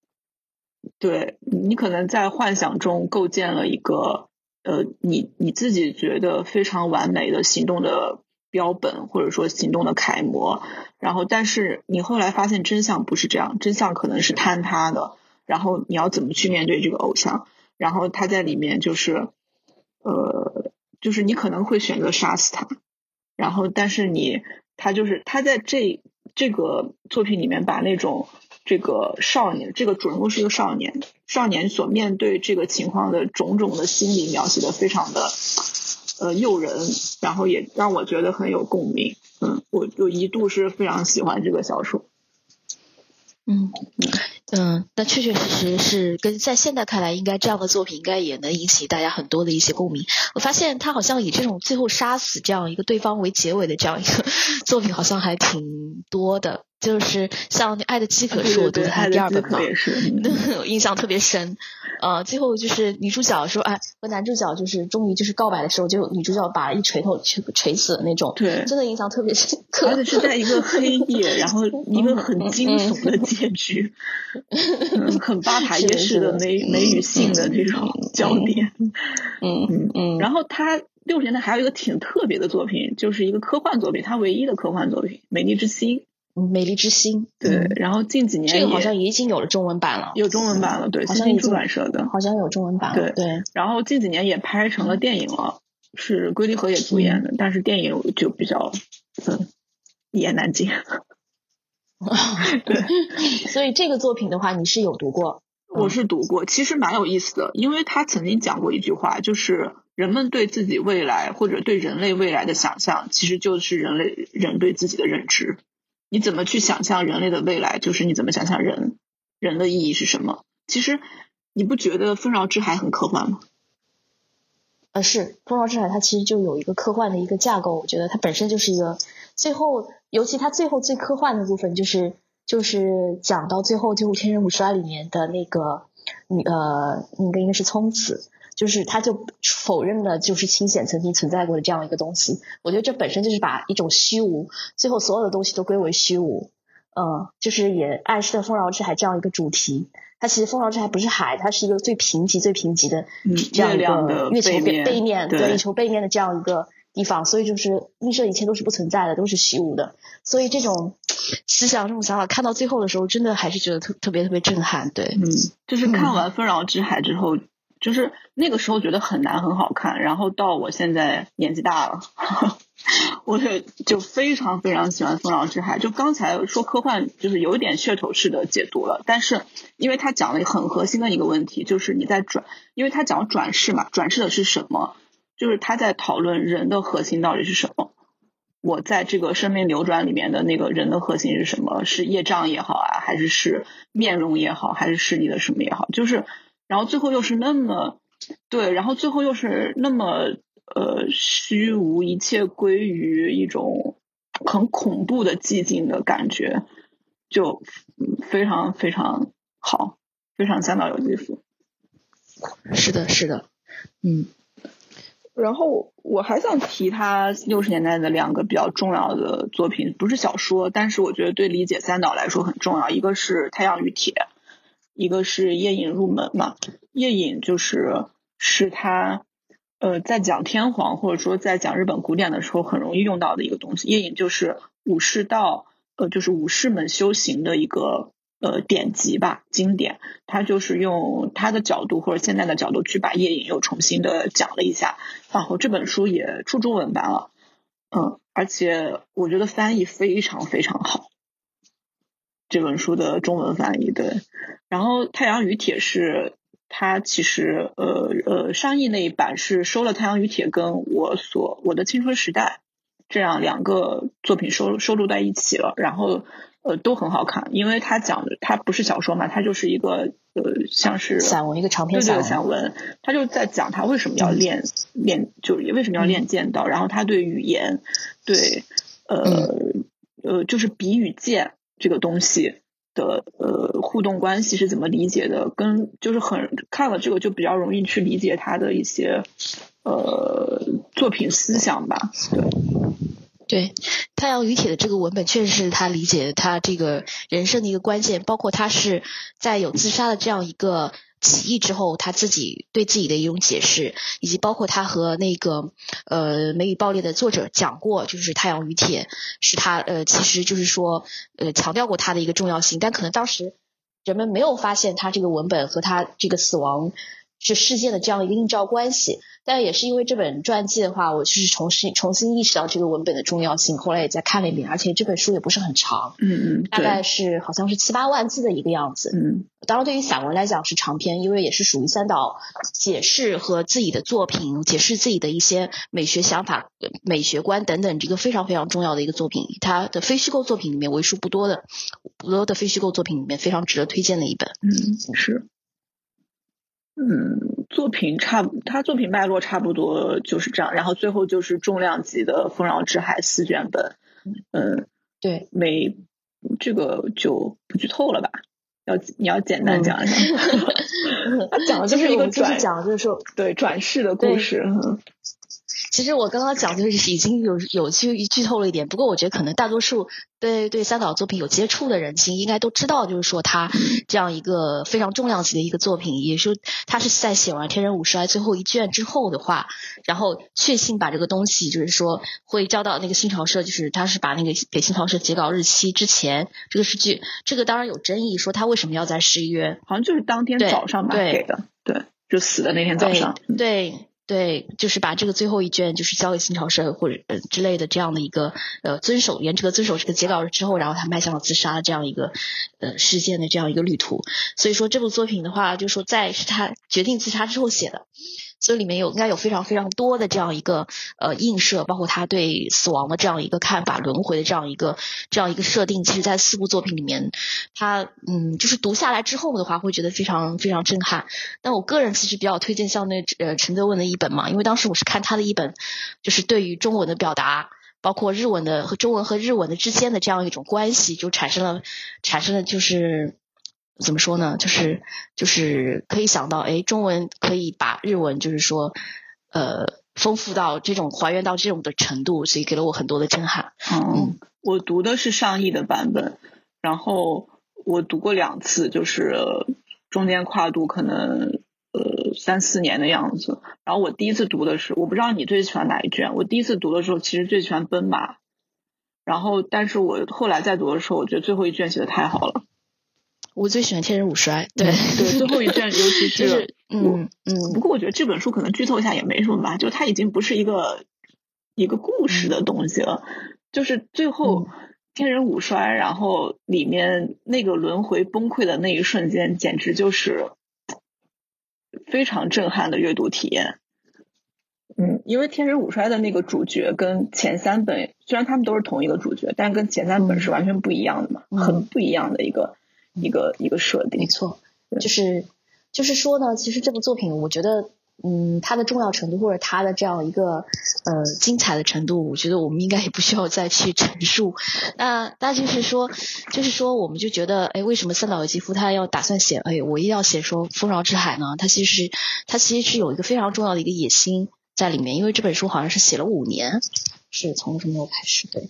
[SPEAKER 3] 在幻想中构建了一个你自己觉得非常完美的行动的标本，或者说行动的楷模，然后但是你后来发现真相不是这样，真相可能是坍塌的，然后你要怎么去面对这个偶像，然后他在里面就是你可能会选择杀死他，然后但是他在这个作品里面把那种这个少年，这个主人公是一个少年所面对这个情况的种种的心理描写的非常的诱人，然后也让我觉得很有共鸣。我一度是非常喜欢这个小说。
[SPEAKER 4] 那确确实实是跟在现代看来，应该这样的作品应该也能引起大家很多的一些共鸣。我发现他好像以这种最后杀死这样一个对方为结尾的这样一个作品，好像还挺多的。就是像《爱的饥渴》是我读的他第2本嘛，我印象特别深。最后就是女主角说，和男主角就是终于就是告白的时候，就女主角把一锤头锤死的那种，
[SPEAKER 3] 对，
[SPEAKER 4] 真的印象特别深刻。
[SPEAKER 3] 而且是在一个黑夜，然后一个很惊悚的结局，很巴塔耶式的美与性的这种焦点。然后他60年代还有一个挺特别的作品，就是一个科幻作品，他唯一的科幻作品《美丽之心》。
[SPEAKER 4] 美丽之心，
[SPEAKER 3] 对，然后近几年
[SPEAKER 4] 这个好像也已经有了中文版了，
[SPEAKER 3] 有中文版了，对，新津出版社的，
[SPEAKER 4] 好像有中文版了，对。
[SPEAKER 3] 然后近几年也拍成了电影了，是龟梨和也主演的，但是电影就比较一言难尽。对，
[SPEAKER 4] 所以这个作品的话，你是有读过？
[SPEAKER 3] 我是读过，其实蛮有意思的，因为他曾经讲过一句话，就是人们对自己未来或者对人类未来的想象，其实就是人对自己的认知。你怎么去想象人类的未来，就是你怎么想象人的意义是什么。其实你不觉得《丰饶之海》很科幻吗？
[SPEAKER 4] 是，《丰饶之海》它其实就有一个科幻的一个架构，我觉得它本身就是一个最后，尤其它最后最科幻的部分就是讲到最后《天人52》里面的那个应该是聪子，就是他就否认了就是清显曾经存在过的这样一个东西。我觉得这本身就是把一种虚无，最后所有的东西都归为虚无。就是也暗示了丰饶之海这样一个主题。它其实丰饶之海不是海，它是一个最贫瘠的这样一个月球背面，对，月球背面的这样一个地方，所以就是预设一切都是不存在的，都是虚无的。所以这种思想这种想法看到最后的时候，真的还是觉得特别震撼。对，
[SPEAKER 3] 就是看完丰饶之海之后，就是那个时候觉得很难很好看，然后到我现在年纪大了我就非常非常喜欢丰饶之海。就刚才说科幻就是有一点噱头式的解读了，但是因为他讲了很核心的一个问题，就是你在因为他讲转世嘛，转世的是什么，就是他在讨论人的核心到底是什么。我在这个生命流转里面的那个人的核心是什么，是业障也好啊，还是面容也好，还是你的什么也好，就是然后最后又是那么对，然后最后又是那么虚无，一切归于一种很恐怖的寂静的感觉，就非常非常好，非常三岛由纪夫。
[SPEAKER 4] 是的
[SPEAKER 3] 然后我还想提他60年代的2个比较重要的作品，不是小说，但是我觉得对理解三岛来说很重要。一个是《太阳与铁》，一个是《夜隐入门》嘛。夜隐是他在讲天皇或者说在讲日本古典的时候很容易用到的一个东西。夜隐就是武士道就是武士们修行的一个典籍吧，经典。他就是用他的角度或者现在的角度去把夜隐又重新的讲了一下，然后这本书也出中文版了，而且我觉得翻译非常非常好，这本书的中文翻译。对，然后太阳与铁是他其实上译那一版是收了太阳与铁跟我的青春时代这样2个作品收录在一起了，然后都很好看，因为他讲的他不是小说嘛，他就是一个像是
[SPEAKER 4] 散文，一个长篇
[SPEAKER 3] 散文，他就在讲他为什么要练就是为什么要练剑道，然后他对语言对就是笔与剑这个东西的互动关系是怎么理解的，跟就是看了这个就比较容易去理解他的一些作品思想吧。
[SPEAKER 4] 对，太阳与铁的这个文本确实是他理解他这个人生的一个关键，包括他是在有自杀的这样一个起义之后，他自己对自己的一种解释，以及包括他和那个美语爆裂的作者讲过，就是太阳与铁是他其实就是说强调过他的一个重要性，但可能当时人们没有发现他这个文本和他这个死亡是事件的这样一个映照关系。但也是因为这本传记的话，我就是重新意识到这个文本的重要性，后来也再看了一遍，而且这本书也不是很长，大概是好像是7-8万字的一个样子。当然对于散文来讲是长篇，因为也是属于三岛解释和自己的作品，解释自己的一些美学想法、美学观等等，这个非常非常重要的一个作品。他的非虚构作品里面为数不多的非虚构作品里面非常值得推荐的一本。
[SPEAKER 3] 是。他作品脉络差不多就是这样，然后最后就是重量级的《丰饶之海》4卷本。
[SPEAKER 4] 对，
[SPEAKER 3] 这个就不剧透了吧？你要简单讲一下。他讲的就是一个转世的故事。
[SPEAKER 4] 其实我刚刚讲就是已经有剧透了一点，不过我觉得可能大多数对三岛作品有接触的人其实应该都知道，就是说他这样一个非常重量级的一个作品，也是他是在写完《天人五衰》最后一卷之后的话，然后确信把这个东西就是说会交到那个新潮社，就是他是把那个给新潮社截稿日期之前，这个当然有争议，说他为什么要在11月，
[SPEAKER 3] 好像就是当天早上吧给的，对，就死的那天早上。
[SPEAKER 4] 对，就是把这个最后一卷就是交给新潮社或者之类的这样的一个严格遵守这个截稿日之后，然后他迈向了自杀这样一个事件的这样一个旅途。所以说这部作品的话，就是说是他决定自杀之后写的，所以里面应该有非常非常多的这样一个映射，包括他对死亡的这样一个看法、轮回的这样一个设定。其实在4部作品里面，他就是读下来之后的话，会觉得非常非常震撼。但我个人其实比较推荐像陈德问的一本嘛，因为当时我是看他的一本，就是对于中文的表达，包括日文的和中文和日文的之间的这样一种关系，就产生了就是怎么说呢，就是可以想到，中文可以把日文就是说丰富到这种还原到这种的程度，所以给了我很多的震撼。
[SPEAKER 3] 我读的是上译的版本，然后我读过2次，就是中间跨度可能3-4年的样子。然后我第一次读的是，我不知道你最喜欢哪一卷，我第一次读的时候其实最喜欢奔马，然后但是我后来再读的时候，我觉得最后一卷写的太好了。
[SPEAKER 4] 我最喜欢《天人五衰》，对，
[SPEAKER 3] 最后一卷尤其是不过我觉得这本书可能剧透一下也没什么吧，就它已经不是一个故事的东西了，就是最后天人五衰，然后里面那个轮回崩溃的那一瞬间，简直就是非常震撼的阅读体验。因为天人五衰的那个主角跟前3本虽然他们都是同一个主角，但跟前3本是完全不一样的嘛，很不一样的一个设定。
[SPEAKER 4] 没错，就是说呢，其实这部作品我觉得它的重要程度或者它的这样一个精彩的程度，我觉得我们应该也不需要再去陈述。那就是说我们就觉得为什么三岛由纪夫他要打算写我一定要写说丰饶之海呢？他其实是有一个非常重要的一个野心在里面，因为这本书好像是写了5年，是从什么时候开始？对，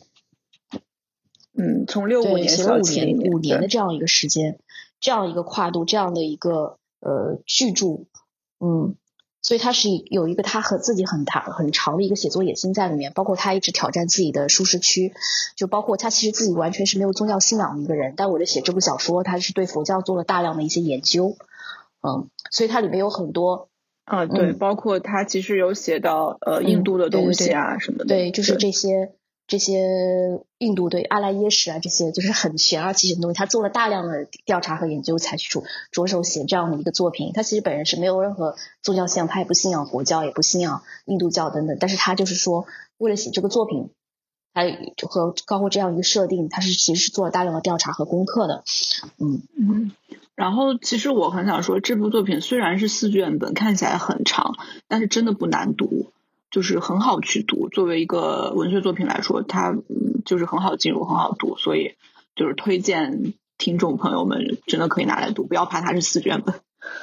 [SPEAKER 3] 从65年
[SPEAKER 4] 写了5年的这样一个时间，这样一个跨度，这样的一个巨著，所以他是有一个他和自己很长的一个写作野心在里面，包括他一直挑战自己的舒适区，就包括他其实自己完全是没有宗教信仰的一个人，但为了写这部小说，他是对佛教做了大量的一些研究，所以它里面有很多
[SPEAKER 3] 对，包括他其实有写到印度的东西啊什么的，
[SPEAKER 4] 对，就是这些印度对阿赖耶识啊，这些就是很玄而奇神的东西，他做了大量的调查和研究，才去着手写这样的一个作品。他其实本人是没有任何宗教信仰，他也不信仰佛教，也不信仰印度教等等，但是他就是说为了写这个作品，他和包括这样一个设定，他其实是做了大量的调查和功课的。
[SPEAKER 3] 然后其实我很想说，这部作品虽然是4卷本，看起来很长，但是真的不难读，就是很好去读。作为一个文学作品来说，它就是很好进入，很好读，所以就是推荐听众朋友们真的可以拿来读，不要怕它是4卷本。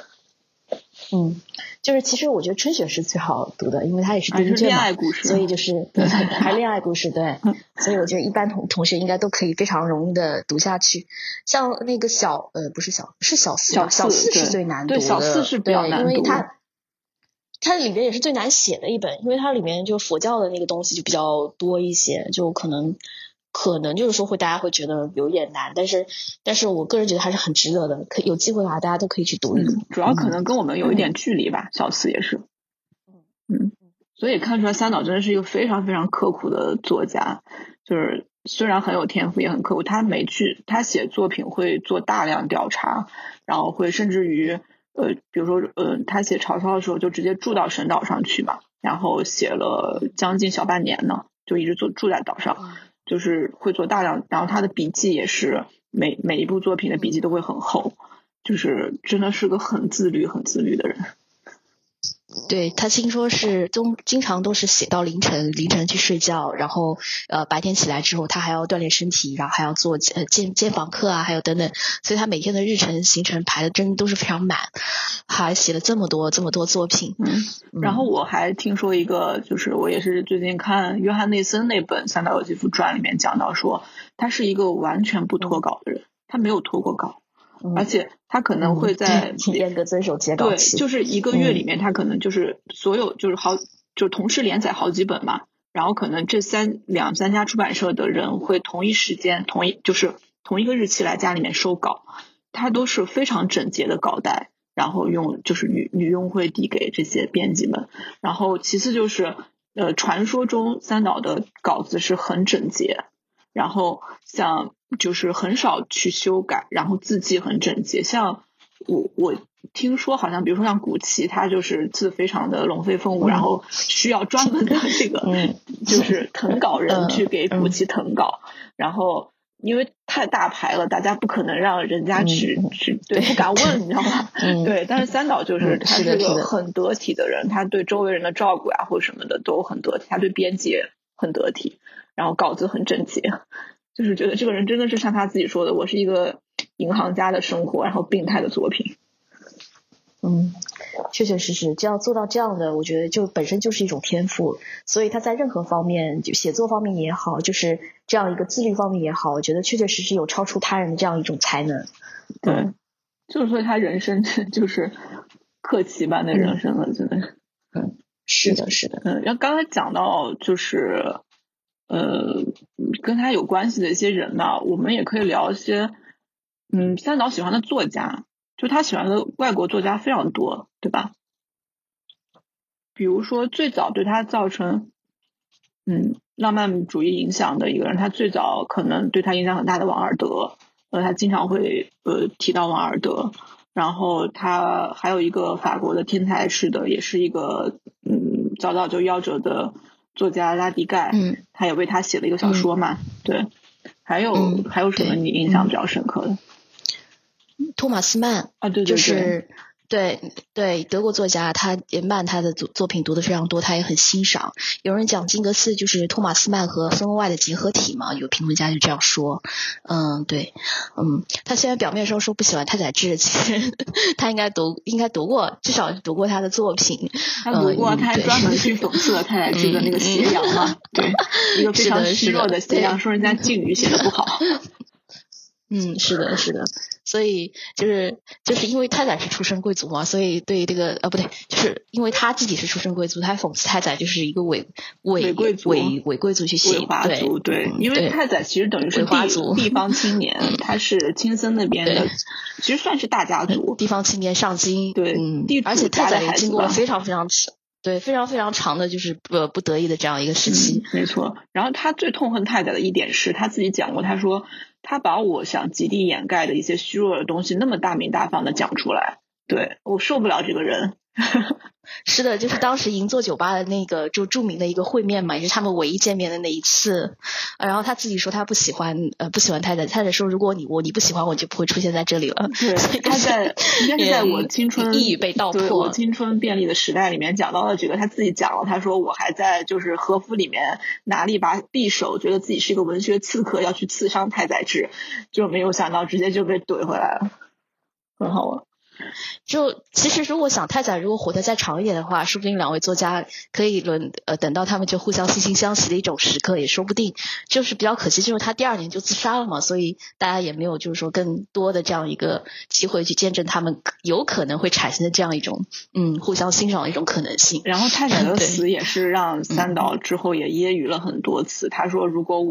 [SPEAKER 4] 就是其实我觉得春雪是最好读的，因为它也是第一卷嘛，
[SPEAKER 3] 恋爱故事，
[SPEAKER 4] 所以就是还是恋爱故事，对，所以我觉得一般同学应该都可以非常容易的读下去。像那个不是小四是最难读的，
[SPEAKER 3] 对，小4是比较难读的，
[SPEAKER 4] 因为它里面也是最难写的一本，因为它里面就佛教的那个东西就比较多一些，就可能可能就是说大家会觉得有点难，但是我个人觉得还是很值得的，有机会的话大家都可以去读一读。
[SPEAKER 3] 主要可能跟我们有一点距离吧，小四也是。所以看出来三岛真的是一个非常非常刻苦的作家，就是虽然很有天赋也很刻苦，他写作品会做大量调查，然后会甚至于比如说他写曹操的时候就直接住到神岛上去嘛，然后写了将近小半年呢，就一直住在岛上，就是会做大量，然后他的笔记也是每一部作品的笔记都会很厚，就是真的是个很自律的人。
[SPEAKER 4] 对，他听说是经常都是写到凌晨去睡觉，然后白天起来之后他还要锻炼身体，然后还要做见访客啊，还有等等，所以他每天的日程行程排的真的都是非常满，还写了这么多作品。
[SPEAKER 3] 然后我还听说一个，就是我也是最近看约翰内森那本三岛由纪夫传里面讲到说，他是一个完全不脱稿的人，他没有脱过稿。而且他可能会在
[SPEAKER 4] 严格遵守截稿期，
[SPEAKER 3] 对，就是一个月里面他可能就是所有就同时连载好几本嘛，然后可能这两三家出版社的人会同一时间同一个日期来家里面收稿，他都是非常整洁的稿带，然后就是女佣会递给这些编辑们，然后其次就是传说中三岛的稿子是很整洁，然后像就是很少去修改，然后字迹很整洁。像我听说好像比如说像古奇，他就是字非常的龙飞凤舞，然后需要专门的这个就是誊稿人去给古奇誊稿，然后因为太大牌了，大家不可能让人家去对，不敢问，你知道吗？对，但是三岛就是他是个很得体的人，他对周围人的照顾啊或什么的都很得体，他对编辑很得体，然后稿子很整洁，就是觉得这个人真的是像他自己说的，我是一个银行家的生活，然后病态的作品。
[SPEAKER 4] 确实这样做到这样的，我觉得就本身就是一种天赋，所以他在任何方面，就写作方面也好，就是这样一个自律方面也好，我觉得确实有超出他人的这样一种才能。
[SPEAKER 3] 对，就是说他人生就是克奇般的人生了，真的。
[SPEAKER 4] 是的。
[SPEAKER 3] 然后刚才讲到就是跟他有关系的一些人呢，我们也可以聊一些三岛喜欢的作家，就他喜欢的外国作家非常多，对吧？比如说最早对他造成浪漫主义影响的一个人，他最早可能对他影响很大的王尔德，他经常会提到王尔德。然后他还有一个法国的天才式的，也是一个早就夭折的作家拉迪盖，他也为他写了一个小说嘛，对。还有什么你印象比较深刻的？
[SPEAKER 4] 托马斯曼
[SPEAKER 3] 啊，对，
[SPEAKER 4] 就是对德国作家，他的作品读的非常多，他也很欣赏。有人讲金格斯就是托马斯曼和芬恩外的结合体嘛，有评论家就这样说。他虽然表面上说不喜欢太宰治，其实他应该读过，至少读过他的作品。
[SPEAKER 3] 他读过，他还专门去讽刺了太宰治的那个斜阳嘛，对，一个非常虚弱的斜阳，说人家敬语写的不好。
[SPEAKER 4] 是的，所以就是因为太宰是出身贵族嘛，所以对这个不对，就是因为他自己是出身贵族，他讽刺太宰就是一个伪贵族去写
[SPEAKER 3] 伪华族，对，因为太宰其实等于是地方青年，他是青森那边的，其实算是大家族，
[SPEAKER 4] 地方青年上京，
[SPEAKER 3] 对，
[SPEAKER 4] 而且太宰也经过了非常非常长的就是不得已的这样一个时期，
[SPEAKER 3] 没错。然后他最痛恨太宰的一点是他自己讲过，他说他把我想极力掩盖的一些虚弱的东西那么大明大放的讲出来，对，我受不了这个人。
[SPEAKER 4] 是的，就是当时银座酒吧的那个就著名的一个会面嘛，也是他们唯一见面的那一次。然后他自己说他不喜欢太宰，太宰说如果你不喜欢我就不会出现在这里了。
[SPEAKER 3] 对，他应该是在我青春
[SPEAKER 4] 一语被道破，
[SPEAKER 3] 我青春便利的时代里面讲到了这个，他自己讲了，他说我还在就是和服里面拿了一把匕首，觉得自己是一个文学刺客，要去刺伤太宰治，就没有想到直接就被怼回来了，很好玩。
[SPEAKER 4] 就其实如果想太宰如果活得再长一点的话，说不定两位作家可以等到他们就互相惺惺相惜的一种时刻也说不定。就是比较可惜就是他第二年就自杀了嘛，所以大家也没有就是说更多的这样一个机会去见证他们有可能会产生的这样一种互相欣赏的一种可能性。
[SPEAKER 3] 然后太宰的死也是让三岛之后也揶揄了很多次，他说如果我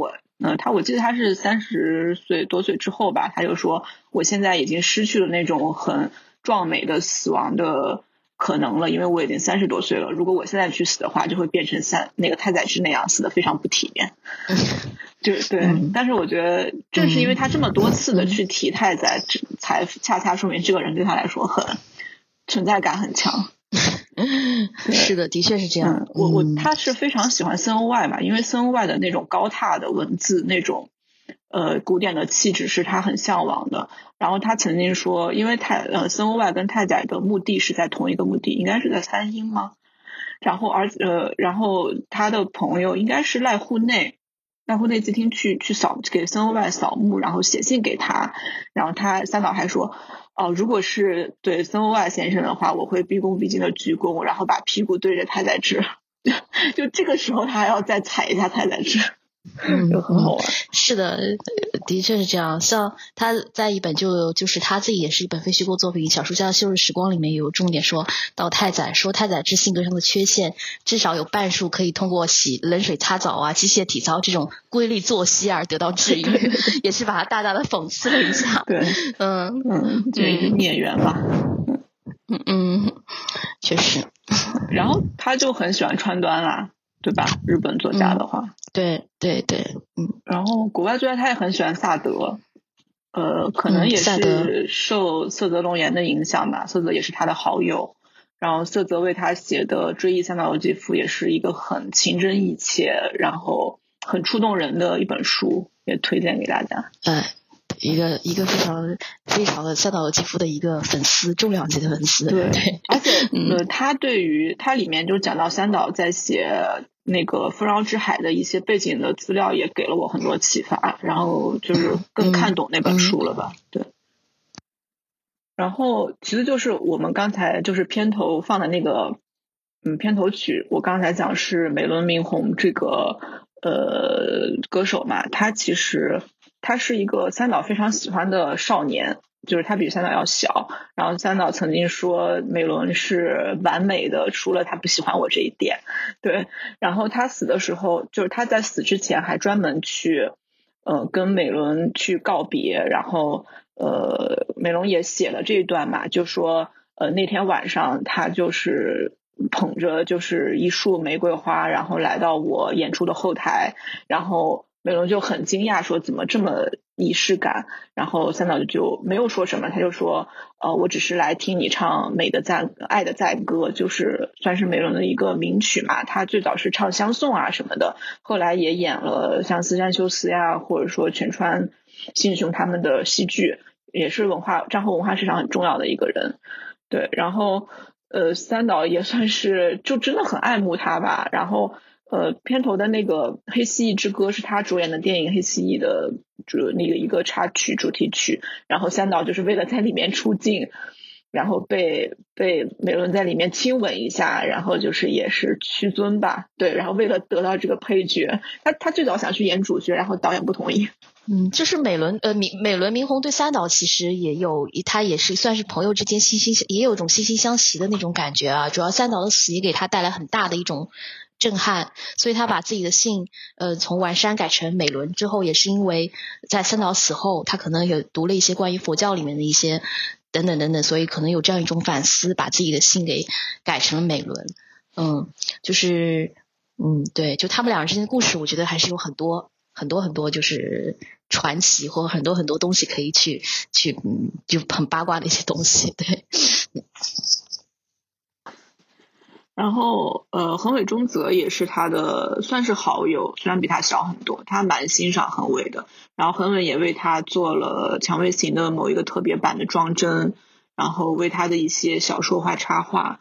[SPEAKER 3] 我记得他是30岁多岁之后吧，他就说我现在已经失去了那种很壮美的死亡的可能了，因为我已经30多岁了，如果我现在去死的话，就会变成像那个太宰治那样死的非常不体面。对，但是我觉得正是因为他这么多次的去提太宰，才恰恰说明这个人对他来说很存在感很强。
[SPEAKER 4] 是的，的确是这样。
[SPEAKER 3] 他是非常喜欢森欧外嘛，因为森欧外的那种高踏的文字，那种古典的气质是他很向往的。然后他曾经说，因为森欧外跟太宰的墓地是在同一个墓地，应该是在三英吗？然后他的朋友应该是濑户内基町去给森欧外扫墓，然后写信给他，然后三岛还说，如果是对森欧外先生的话，我会毕恭毕敬的鞠躬，然后把屁股对着太宰治，就这个时候他还要再踩一下太宰治。就很好玩。
[SPEAKER 4] 是的，的确是这样。像他在一本就是他自己也是一本非虚构作品《小说家的休日时光》里面有重点说到太宰治性格上的缺陷至少有半数可以通过洗冷水擦澡啊、机械体操这种规律作息而得到治愈，也是把他大大的讽刺了一下。
[SPEAKER 3] 对，就是孽缘吧。
[SPEAKER 4] 确实。
[SPEAKER 3] 然后他就很喜欢川端啦，对吧？日本作家的话，
[SPEAKER 4] 对，
[SPEAKER 3] 然后国外作家他也很喜欢萨德，可能也是受澀泽龙彦的影响吧。澀泽也是他的好友，然后澀泽为他写的《追忆三岛由纪夫》也是一个很情真意切，然后很触动人的一本书，也推荐给大家。
[SPEAKER 4] 一个非常的三岛由纪夫的一个粉丝，重量级的粉丝。对，
[SPEAKER 3] 而且他里面就讲到三岛在写那个《纷扰之海》的一些背景的资料，也给了我很多启发，然后就是更看懂那本书了吧。对。然后其实就是我们刚才就是片头放的那个片头曲，我刚才讲是美轮明宏这个歌手嘛，他是一个三岛非常喜欢的少年，就是他比三岛要小，然后三岛曾经说美轮是完美的，除了他不喜欢我这一点。对，然后他死的时候，就是他在死之前还专门去跟美轮去告别，然后美轮也写了这一段嘛，就说那天晚上他就是捧着就是一束玫瑰花，然后来到我演出的后台，然后美轮就很惊讶说怎么这么仪式感，然后三岛就没有说什么，他就说我只是来听你唱爱的赞歌，就是算是美轮的一个名曲嘛，他最早是唱相送啊什么的，后来也演了像四山修斯呀，或者说全川信雄他们的戏剧，也是战后文化市场很重要的一个人。对，然后三岛也算是就真的很爱慕他吧，然后片头的那个黑蜥蜴之歌是他主演的电影黑蜥蜴的那个一个插曲主题曲，然后三岛就是为了在里面出镜，然后被美轮在里面亲吻一下，然后就是也是屈尊吧，对，然后为了得到这个配角，他最早想去演主角，然后导演不同意。
[SPEAKER 4] 就是美轮明宏对三岛其实他也是算是朋友之间也有一种惺惺相惜的那种感觉啊。主要三岛的死也给他带来很大的一种震撼，所以他把自己的姓从丸山改成美轮之后，也是因为在三岛死后，他可能有读了一些关于佛教里面的一些等等，所以可能有这样一种反思，把自己的姓给改成了美轮。就是对，就他们两人之间的故事，我觉得还是有很多就是传奇或很多东西可以去就很八卦的一些东西。对。
[SPEAKER 3] 然后横尾中则也是他的算是好友，虽然比他小很多，他蛮欣赏横尾的，然后横尾也为他做了蔷薇型的某一个特别版的装帧，然后为他的一些小说画插画。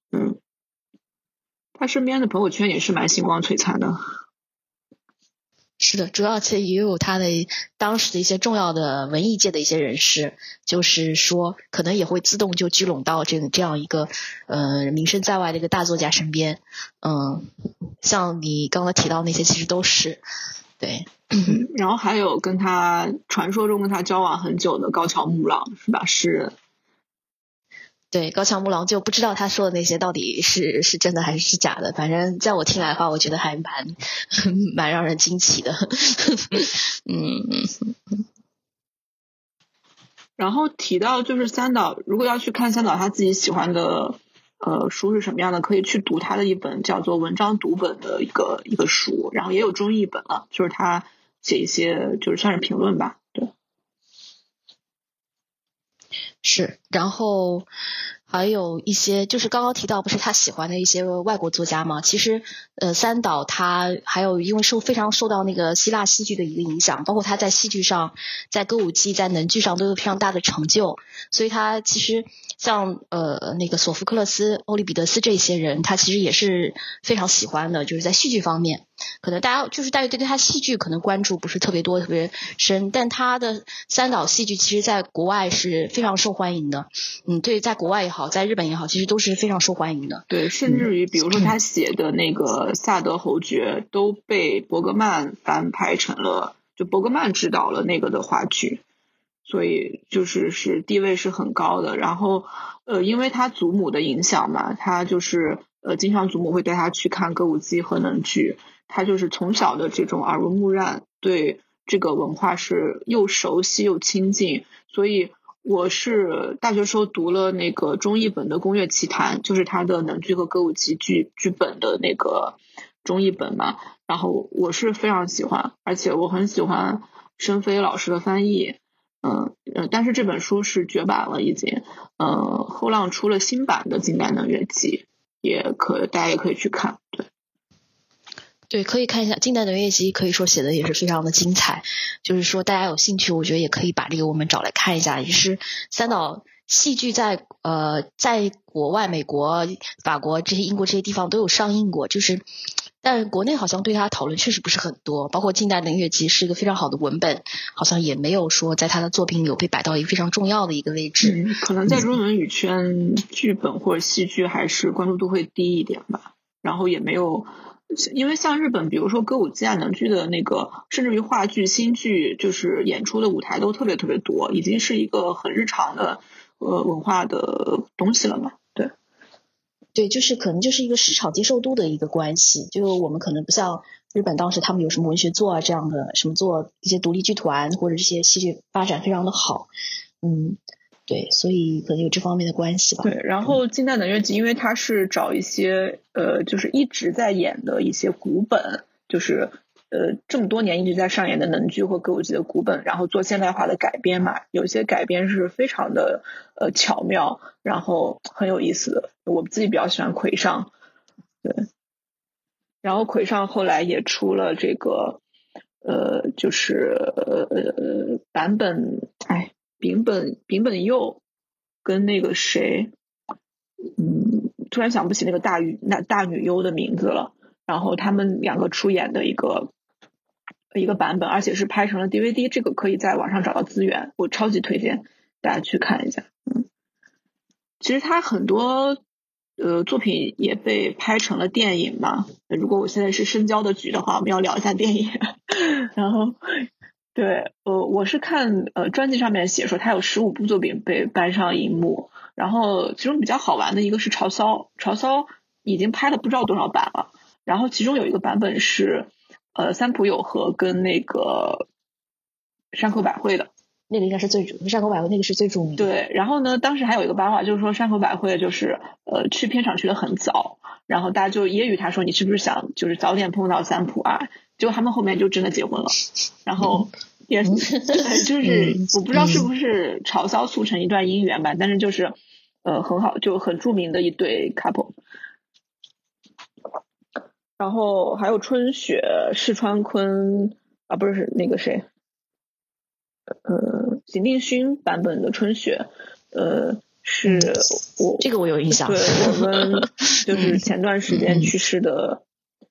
[SPEAKER 3] 他身边的朋友圈也是蛮星光璀璨的。
[SPEAKER 4] 是的，主要其实也有他的当时的一些重要的文艺界的一些人士，就是说可能也会自动就聚拢到这样一个名声在外的一个大作家身边。像你刚才提到那些其实都是对。
[SPEAKER 3] 然后还有传说中跟他交往很久的高桥木朗，是吧？是。
[SPEAKER 4] 对，高桥木郎就不知道他说的那些到底是真的还是假的，反正在我听来的话，我觉得还蛮让人惊奇的。
[SPEAKER 3] 然后提到就是三岛，如果要去看三岛他自己喜欢的书是什么样的，可以去读他的一本叫做文章读本的一个书，然后也有中译本了，就是他写一些就是算是评论吧。对，
[SPEAKER 4] 是，然后还有一些就是刚刚提到不是他喜欢的一些外国作家吗？其实三岛他还有因为非常受到那个希腊戏剧的一个影响，包括他在戏剧上，在歌舞伎，在能剧上都有非常大的成就，所以他其实像那个索福克勒斯、欧利比得斯这些人，他其实也是非常喜欢的，就是在戏剧方面，可能大家对他戏剧可能关注不是特别多、特别深，但他的三岛戏剧其实在国外是非常受欢迎的。对，在国外也好，在日本也好，其实都是非常受欢迎的。
[SPEAKER 3] 对，甚至于比如说他写的那个《萨德侯爵》都被伯格曼翻拍成了，就伯格曼指导了那个的话剧，所以是地位是很高的。然后因为他祖母的影响嘛，他就是经常祖母会带他去看歌舞伎和能剧，他就是从小的这种耳濡目染，对这个文化是又熟悉又亲近。所以我是大学时候读了那个中译本的《宫乐奇谭》，就是他的能剧和歌舞伎剧本的那个中译本嘛，然后我是非常喜欢，而且我很喜欢申飞老师的翻译。但是这本书是绝版了已经，后浪出了新版的《近代能乐记》，大家也可以去看。
[SPEAKER 4] 对，可以看一下《近代能乐集》，可以说写的也是非常的精彩。就是说，大家有兴趣，我觉得也可以把这个我们找来看一下。也是三岛戏剧在国外，美国、法国这些英国这些地方都有上映过，但国内好像对他讨论确实不是很多。包括《近代能乐集》是一个非常好的文本，好像也没有说在他的作品里有被摆到一个非常重要的一个位置。
[SPEAKER 3] 可能在中文语圈，剧本或者戏剧还是关注度会低一点吧。然后也没有。因为像日本比如说歌舞伎啊能剧的那个甚至于话剧新剧就是演出的舞台都特别特别多，已经是一个很日常的文化的东西了嘛。
[SPEAKER 4] 对，就是可能就是一个市场接受度的一个关系，就我们可能不像日本当时他们有什么文学作啊这样的，什么做一些独立剧团或者这些戏剧发展非常的好。对，所以可能有这方面的关系吧。
[SPEAKER 3] 对，然后近代能乐集因为它是找一些就是一直在演的一些古本，就是这么多年一直在上演的能剧或歌舞伎的古本，然后做现代化的改编嘛，有些改编是非常的巧妙，然后很有意思的。我自己比较喜欢魁上，对，然后魁上后来也出了这个版本，丙本佑跟那个谁，突然想不起那个大女优的名字了。然后他们两个出演的一个版本，而且是拍成了 DVD， 这个可以在网上找到资源，我超级推荐大家去看一下。其实他很多作品也被拍成了电影嘛。如果我现在是深交的局的话，我们要聊一下电影。然后对，我是看专辑上面写说他有15部作品被搬上荧幕，然后其中比较好玩的一个是潮骚已经拍了不知道多少版了，然后其中有一个版本是三浦友和跟那个山口百惠的，
[SPEAKER 4] 那个应该是山口百惠那个是最著名的。
[SPEAKER 3] 对，然后呢，当时还有一个八卦，就是说山口百惠就是去片场去的很早，然后大家就揶揄他说你是不是想就是早点碰到三浦啊？结果他们后面就真的结婚了，然后也对，就是我不知道是不是潮骚促成一段姻缘吧，但是就是很好，就很著名的一对 couple。然后还有春雪市川坤啊，不是那个谁，井定勋版本的春雪，是
[SPEAKER 4] 这个我有印象，
[SPEAKER 3] 对，我们就是前段时间去世的，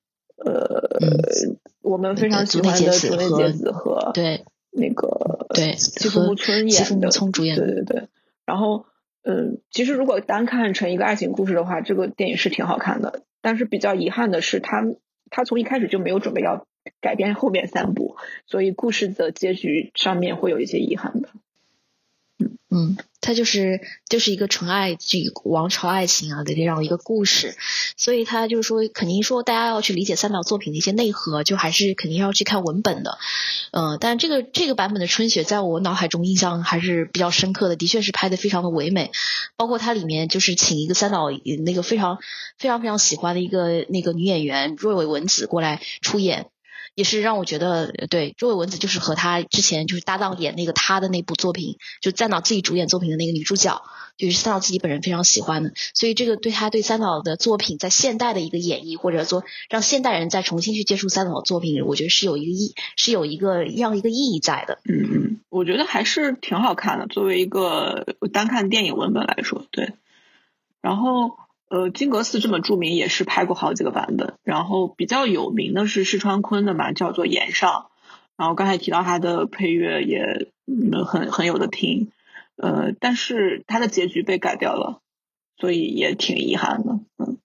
[SPEAKER 3] 我们非常喜欢的竹内结子和
[SPEAKER 4] 对
[SPEAKER 3] 那个
[SPEAKER 4] 对
[SPEAKER 3] 吉富木村演的，
[SPEAKER 4] 主演
[SPEAKER 3] 的，对。然后其实如果单看成一个爱情故事的话，这个电影是挺好看的，但是比较遗憾的是他从一开始就没有准备要改编后面3部，所以故事的结局上面会有一些遗憾的。
[SPEAKER 4] 它就是一个纯爱剧、王朝爱情啊的这样一个故事，所以它就是说，肯定说大家要去理解三岛作品的一些内核，就还是肯定要去看文本的。但这个版本的春雪在我脑海中印象还是比较深刻的，的确是拍得非常的唯美，包括它里面就是请一个三岛那个非常非常非常喜欢的一个那个女演员若尾文子过来出演。也是让我觉得，对，若尾文子就是和他之前就是搭档演那个他的那部作品，就三岛自己主演作品的那个女主角，就是三岛自己本人非常喜欢的，所以这个对他对三岛的作品在现代的一个演绎，或者说让现代人再重新去接触三岛的作品，我觉得是有一个这样一个意义在的。
[SPEAKER 3] 我觉得还是挺好看的，作为一个单看电影文本来说，对。然后金阁寺这么著名，也是拍过好几个版本。然后比较有名的是施川昆的嘛，叫做岩上。然后刚才提到他的配乐也很有的听，但是他的结局被改掉了，所以也挺遗憾的。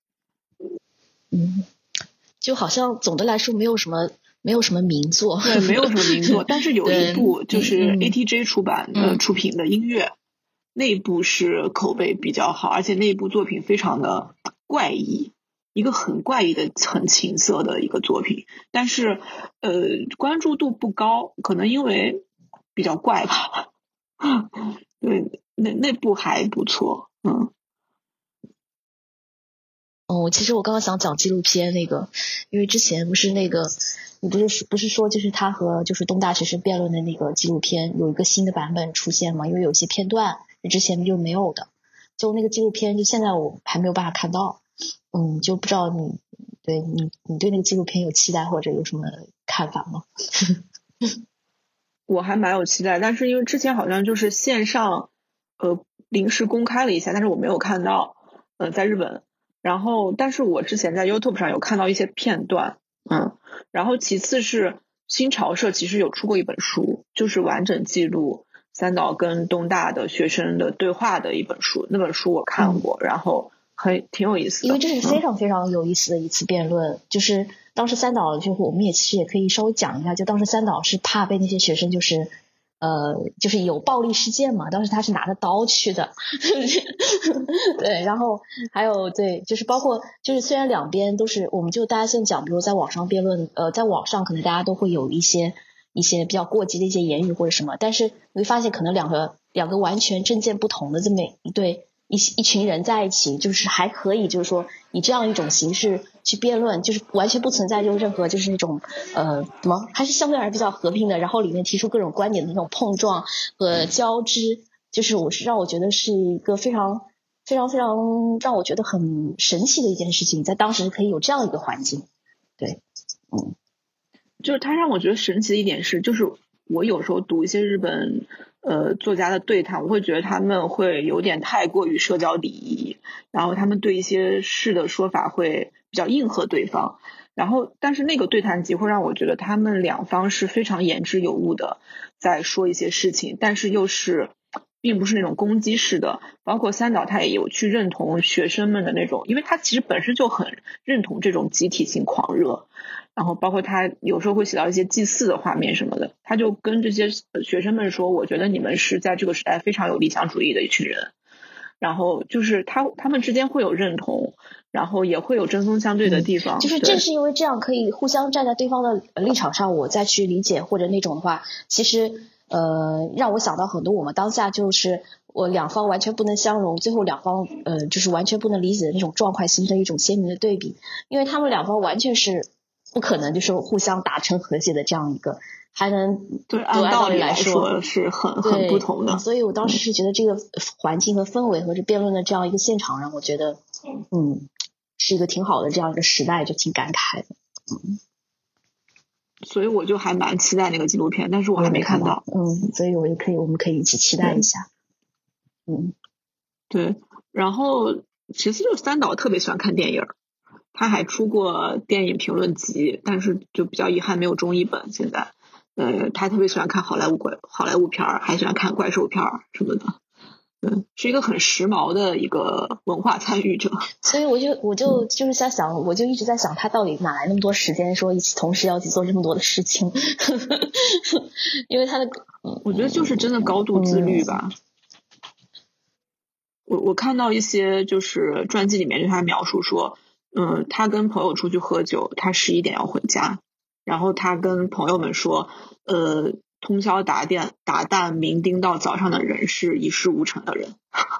[SPEAKER 4] 就好像总的来说没有什么名作，
[SPEAKER 3] 对，没有什么名作，但是有一部就是 ATJ 出品的音乐。那一部是口碑比较好，而且那一部作品非常的怪异，一个很怪异的很情色的一个作品，但是关注度不高，可能因为比较怪吧。对，那部还不错。
[SPEAKER 4] 其实我刚刚想讲纪录片那个，因为之前不是那个你不是说就是他和就是东大学生辩论的那个纪录片有一个新的版本出现吗？因为有一些片段之前就没有的，就那个纪录片就现在我还没有办法看到。就不知道你对那个纪录片有期待或者有什么看法吗？
[SPEAKER 3] 我还蛮有期待，但是因为之前好像就是线上临时公开了一下，但是我没有看到在日本。然后但是我之前在 YouTube 上有看到一些片段。然后其次是新潮社其实有出过一本书，就是完整记录三岛跟东大的学生的对话的一本书，那本书我看过，然后挺有意思的。
[SPEAKER 4] 因为这是非常非常有意思的一次辩论，就是当时三岛就是我们也其实也可以稍微讲一下，就当时三岛是怕被那些学生就是有暴力事件嘛，当时他是拿着刀去的。对，然后还有对，就是包括就是虽然两边都是，我们就大家先讲，比如在网上辩论，在网上可能大家都会有一些比较过激的一些言语或者什么，但是你会发现可能两个完全政见不同的这么一群人在一起，就是还可以就是说以这样一种形式去辩论，就是完全不存在就任何就是那种还是相对而言比较和平的，然后里面提出各种观点的那种碰撞和交织，就是让我觉得是一个非常非常非常让我觉得很神奇的一件事情，在当时可以有这样一个环境。对，
[SPEAKER 3] 就是它让我觉得神奇的一点是，就是我有时候读一些日本作家的对谈，我会觉得他们会有点太过于社交礼仪，然后他们对一些事的说法会比较应和对方，然后但是那个对谈集会让我觉得他们两方是非常言之有物的在说一些事情，但是又是并不是那种攻击式的，包括三岛他也有去认同学生们的那种，因为他其实本身就很认同这种集体性狂热，然后包括他有时候会写到一些祭祀的画面什么的，他就跟这些学生们说，我觉得你们是在这个时代非常有理想主义的一群人，然后就是他们之间会有认同，然后也会有针锋相对的地方，
[SPEAKER 4] 就是正是因为这样可以互相站在对方的立场上，我再去理解或者那种的话，其实让我想到很多我们当下就是我两方完全不能相容，最后两方就是完全不能理解的那种状况形成一种鲜明的对比，因为他们两方完全是不可能就是互相达成和解的这样一个，还能
[SPEAKER 3] 对按道理来说是很不同的，
[SPEAKER 4] 所以我当时是觉得这个环境和氛围和这辩论的这样一个现场让我觉得是一个挺好的这样一个时代，就挺感慨的。
[SPEAKER 3] 所以我就还蛮期待那个纪录片，但是我还没看到。
[SPEAKER 4] 所以我们可以一起期待一下。
[SPEAKER 3] 对。然后其实就三岛特别喜欢看电影，他还出过电影评论集，但是就比较遗憾没有中译本。现在他特别喜欢看好莱坞片，还喜欢看怪兽片什么的。是一个很时髦的一个文化参与者，
[SPEAKER 4] 所以我就是在想，我就一直在想他到底哪来那么多时间说同时要去做这么多的事情。因为他的
[SPEAKER 3] 我觉得就是真的高度自律吧。 我看到一些就是传记里面对他描述说，他跟朋友出去喝酒，他11点要回家，然后他跟朋友们说，通宵达旦酩酊到早上的人是一事无成的人，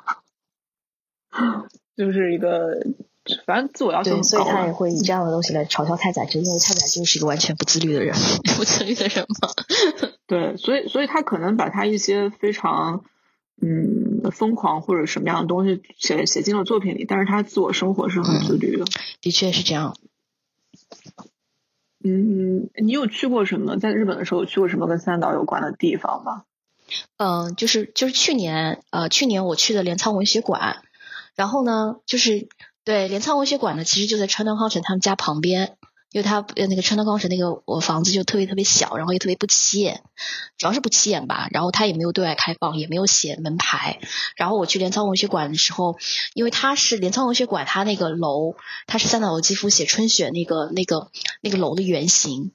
[SPEAKER 3] 就是一个反正自我要求很高，
[SPEAKER 4] 对，所以他也会以这样的东西来嘲笑太宰治，因为太宰治就是一个完全不自律的人，不自律的人嘛。
[SPEAKER 3] 对，所以他可能把他一些非常疯狂或者什么样的东西写进了作品里，但是他自我生活是很自律的。
[SPEAKER 4] 的确是这样。
[SPEAKER 3] 你有去过什么？在日本的时候有去过什么跟三岛有关的地方吗？
[SPEAKER 4] 就是去年我去的镰仓文学馆，然后呢，就是对镰仓文学馆呢，其实就在川端康成他们家旁边。因为他那个川端康成那个我房子就特别特别小，然后也特别不起眼，主要是不起眼吧，然后他也没有对外开放，也没有写门牌。然后我去镰仓文学馆的时候，因为它是镰仓文学馆，它那个楼它是三岛由纪夫写春雪那个楼的原型。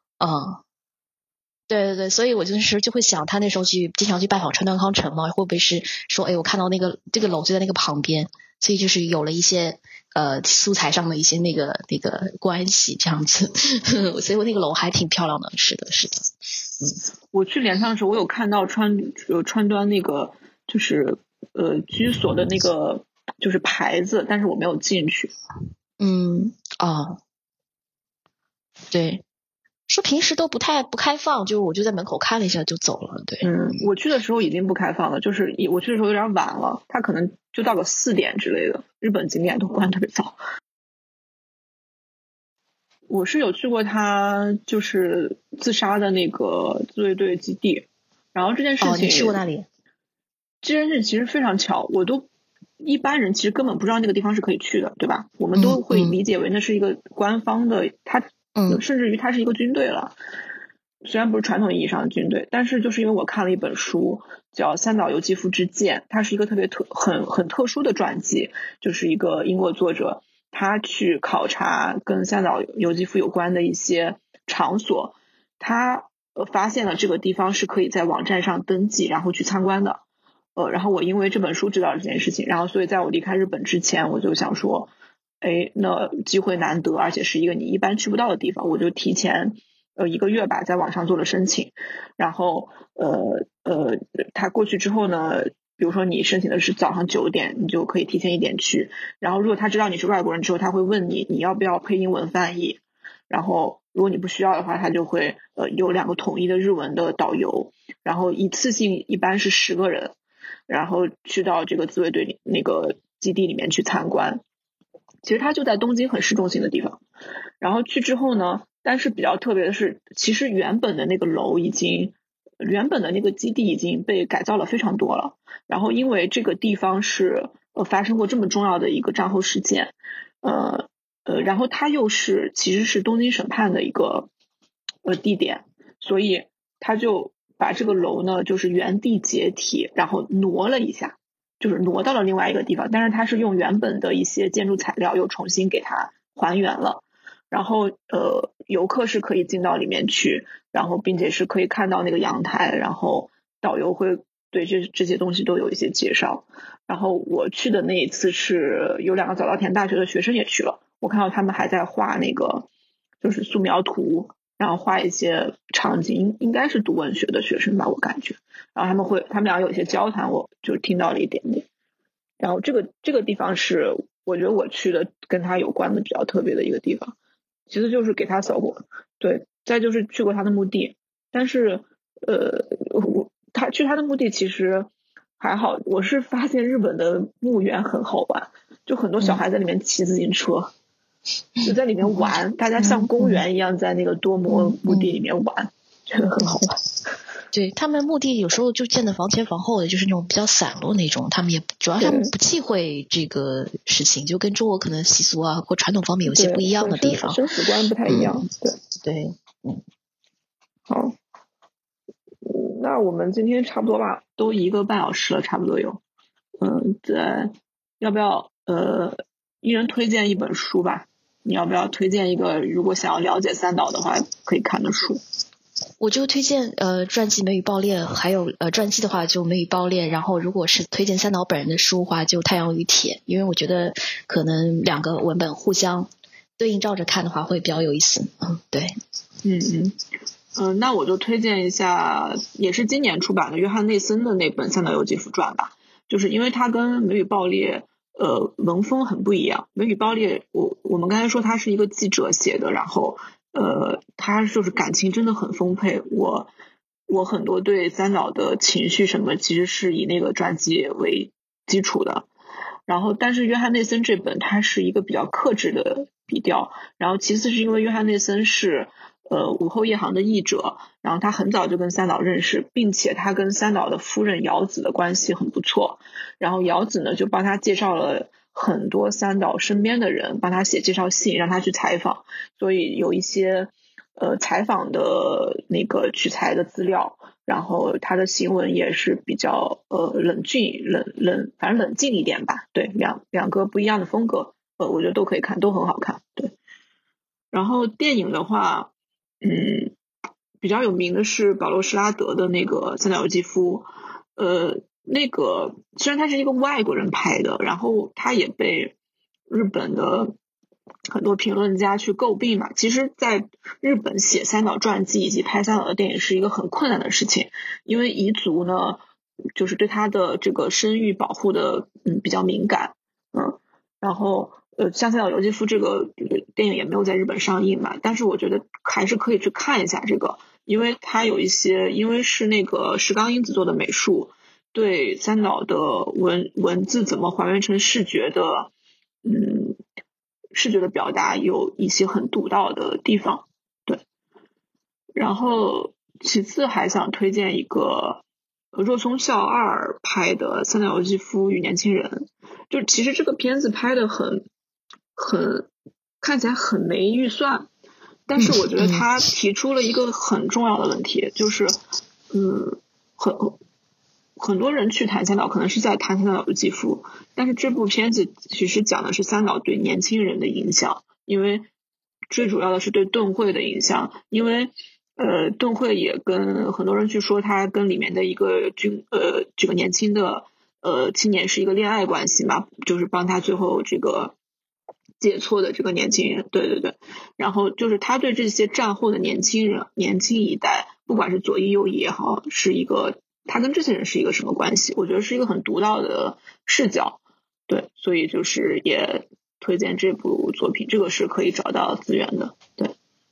[SPEAKER 4] 对对对，所以我就是就会想，他那时候经常去拜访川端康成嘛，会不会是说，我看到这个楼就在那个旁边，所以就是有了一些素材上的一些那个关系这样子。所以我那个楼还挺漂亮的，是的。
[SPEAKER 3] 我去镰仓的时候，我有看到川端那个就是居所的那个就是牌子，但是我没有进去。
[SPEAKER 4] 对。说平时都不开放，就我就在门口看了一下就走了。对，
[SPEAKER 3] 我去的时候已经不开放了，就是我去的时候有点晚了，他可能就到个4点之类的，日本景点都关特别早。我是有去过他就是自杀的那个自卫队基地，然后这件事情，
[SPEAKER 4] 你去过那里？
[SPEAKER 3] 这件事其实非常巧，一般人其实根本不知道那个地方是可以去的，对吧？我们都会理解为那是一个官方的，甚至于它是一个军队了，虽然不是传统意义上的军队，但是就是因为我看了一本书叫《三岛由纪夫之剑》，它是一个特别很特殊的传记，就是一个英国作者他去考察跟三岛由纪夫有关的一些场所，他发现了这个地方是可以在网站上登记然后去参观的。然后我因为这本书知道这件事情，然后所以在我离开日本之前，我就想说，那机会难得，而且是一个你一般去不到的地方，我就提前1个月吧，在网上做了申请。然后他过去之后呢，比如说你申请的是早上9点，你就可以提前1点去。然后如果他知道你是外国人之后，他会问你要不要配英文翻译。然后如果你不需要的话，他就会有2个统一的日文的导游，然后一次性一般是10个人，然后去到这个自卫队那个基地里面去参观。其实它就在东京很市中心的地方。然后去之后呢，但是比较特别的是，其实原本的那个基地已经被改造了非常多了。然后因为这个地方是发生过这么重要的一个战后事件，然后它又其实是东京审判的一个地点，所以他就把这个楼呢就是原地解体，然后挪了一下，就是挪到了另外一个地方，但是它是用原本的一些建筑材料又重新给它还原了。然后游客是可以进到里面去，然后并且是可以看到那个阳台，然后导游会对这些东西都有一些介绍。然后我去的那一次是有2个早稻田大学的学生也去了，我看到他们还在画那个就是素描图，然后画一些场景，应该是读文学的学生吧，我感觉。然后他们俩有一些交谈，我就听到了一点点。然后这个地方是我觉得我去的跟他有关的比较特别的一个地方，其实就是给他扫过，对，再就是去过他的墓地。但是他的墓地其实还好，我是发现日本的墓园很好玩，就很多小孩在里面骑自行车，就在里面玩，大家像公园一样在那个多摩墓地里面玩，觉得很好玩。
[SPEAKER 4] 对，他们墓地有时候就建的房前房后的，就是那种比较散落那种，他们不忌讳这个事情，就跟中国可能习俗啊或传统方面有些不一样的地方，
[SPEAKER 3] 生死观不太一样。
[SPEAKER 4] 对，
[SPEAKER 3] 好，那我们今天差不多吧，都1个半小时了，差不多有。要不要一人推荐一本书吧？你要不要推荐一个如果想要了解三岛的话可以看的书？
[SPEAKER 4] 我就推荐传记《梅雨爆裂》，还有传记的话就《梅雨爆裂》，然后如果是推荐三岛本人的书的话，就《太阳与铁》，因为我觉得可能两个文本互相对应照着看的话会比较有意思。对，
[SPEAKER 3] 那我就推荐一下，也是今年出版的约翰内森的那本三岛由纪夫传吧，就是因为它跟《梅雨爆裂》文风很不一样。《梅雨爆裂》我们刚才说他是一个记者写的，然后他就是感情真的很丰沛。我很多对三岛的情绪什么其实是以那个传记为基础的，然后但是约翰内森这本它是一个比较克制的笔调，然后其次是因为约翰内森是午后夜航的译者，然后他很早就跟三岛认识，并且他跟三岛的夫人瑶子的关系很不错，然后瑶子呢就帮他介绍了很多三岛身边的人，帮他写介绍信让他去采访，所以有一些采访的那个取材的资料，然后他的行文也是比较冷静一点吧。对，两个不一样的风格，我觉得都可以看，都很好看。对，然后电影的话，比较有名的是保罗施拉德的那个三岛由纪夫，那个虽然他是一个外国人拍的，然后他也被日本的很多评论家去诟病嘛。其实在日本写三岛传记以及拍三岛的电影是一个很困难的事情，因为彝族呢就是对他的这个声誉保护的比较敏感，然后像三岛由纪夫这个电影也没有在日本上映嘛，但是我觉得还是可以去看一下这个，因为它有一些，因为是那个石冈英子做的美术，对三岛的文字怎么还原成视觉的视觉的表达有一些很独到的地方。对，然后其次还想推荐一个若松孝二拍的三岛由纪夫与年轻人，就其实这个片子拍的很看起来很没预算，但是我觉得他提出了一个很重要的问题，就是很多人去谈三岛可能是在谈三岛由纪夫，但是这部片子其实讲的是三岛对年轻人的影响，因为最主要的是对顿会的影响，因为顿会也跟很多人去说他跟里面的一个这个年轻的青年是一个恋爱关系嘛，就是帮他最后这个解错的这个年轻人。对，然后就是他对这些战后的年轻一代，不管是左翼右翼也好，是一个他跟这些人是一个什么关系，我觉得是一个很独到的视角。对，所以就是也推荐这部作品，这个是可以找到资源的。对，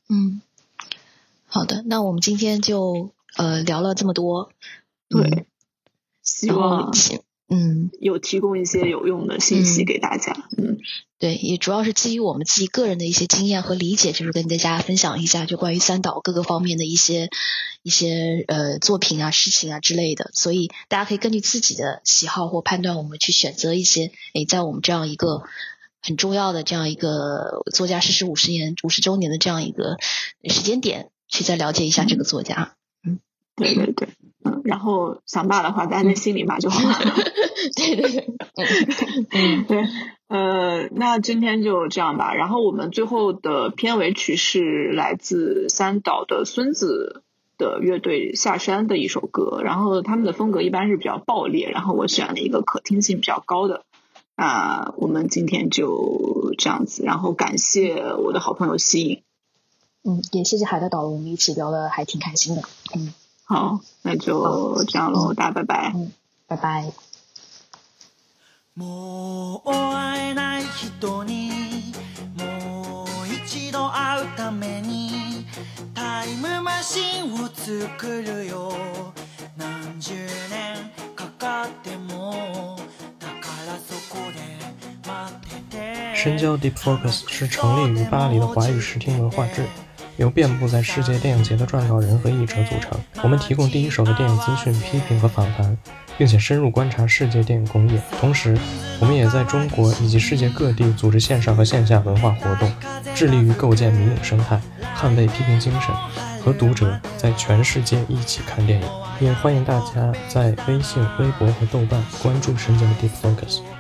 [SPEAKER 4] 好的，那我们今天就聊了这么多。
[SPEAKER 3] 对，希望有提供一些有用的信息给大家。
[SPEAKER 4] 对，也主要是基于我们自己个人的一些经验和理解，就是跟大家分享一下就关于三岛各个方面的一些作品啊、事情啊之类的，所以大家可以根据自己的喜好或判断，我们去选择一些在我们这样一个很重要的这样一个作家逝世50周年的这样一个时间点，去再了解一下这个作家。
[SPEAKER 3] 对，然后想骂的话大家在心里骂就好了。
[SPEAKER 4] 对，
[SPEAKER 3] 对，那今天就这样吧。然后我们最后的片尾曲是来自三岛的孙子的乐队下山的一首歌，然后他们的风格一般是比较爆裂，然后我选了一个可听性比较高的。我们今天就这样子，然后感谢我的好朋友西影。
[SPEAKER 4] 也谢谢海的导，我们一起聊得还挺开心的。
[SPEAKER 3] 好，那就这样咯，大家拜拜。
[SPEAKER 4] 拜拜。
[SPEAKER 2] もう会えない人にもう一度会うためにタイムマシンを作るよ何十年かかってもだからそこで待ってて。
[SPEAKER 1] 深交 Deep Focus 是成立于巴黎的华语视听文化志，由遍布在世界电影节的撰稿人和译者组成。我们提供第一手的电影资讯、批评和访谈，并且深入观察世界电影工业。同时，我们也在中国以及世界各地组织线上和线下文化活动，致力于构建迷影生态，捍卫批评精神，和读者在全世界一起看电影。也欢迎大家在微信、微博和豆瓣关注深交 Deep Focus。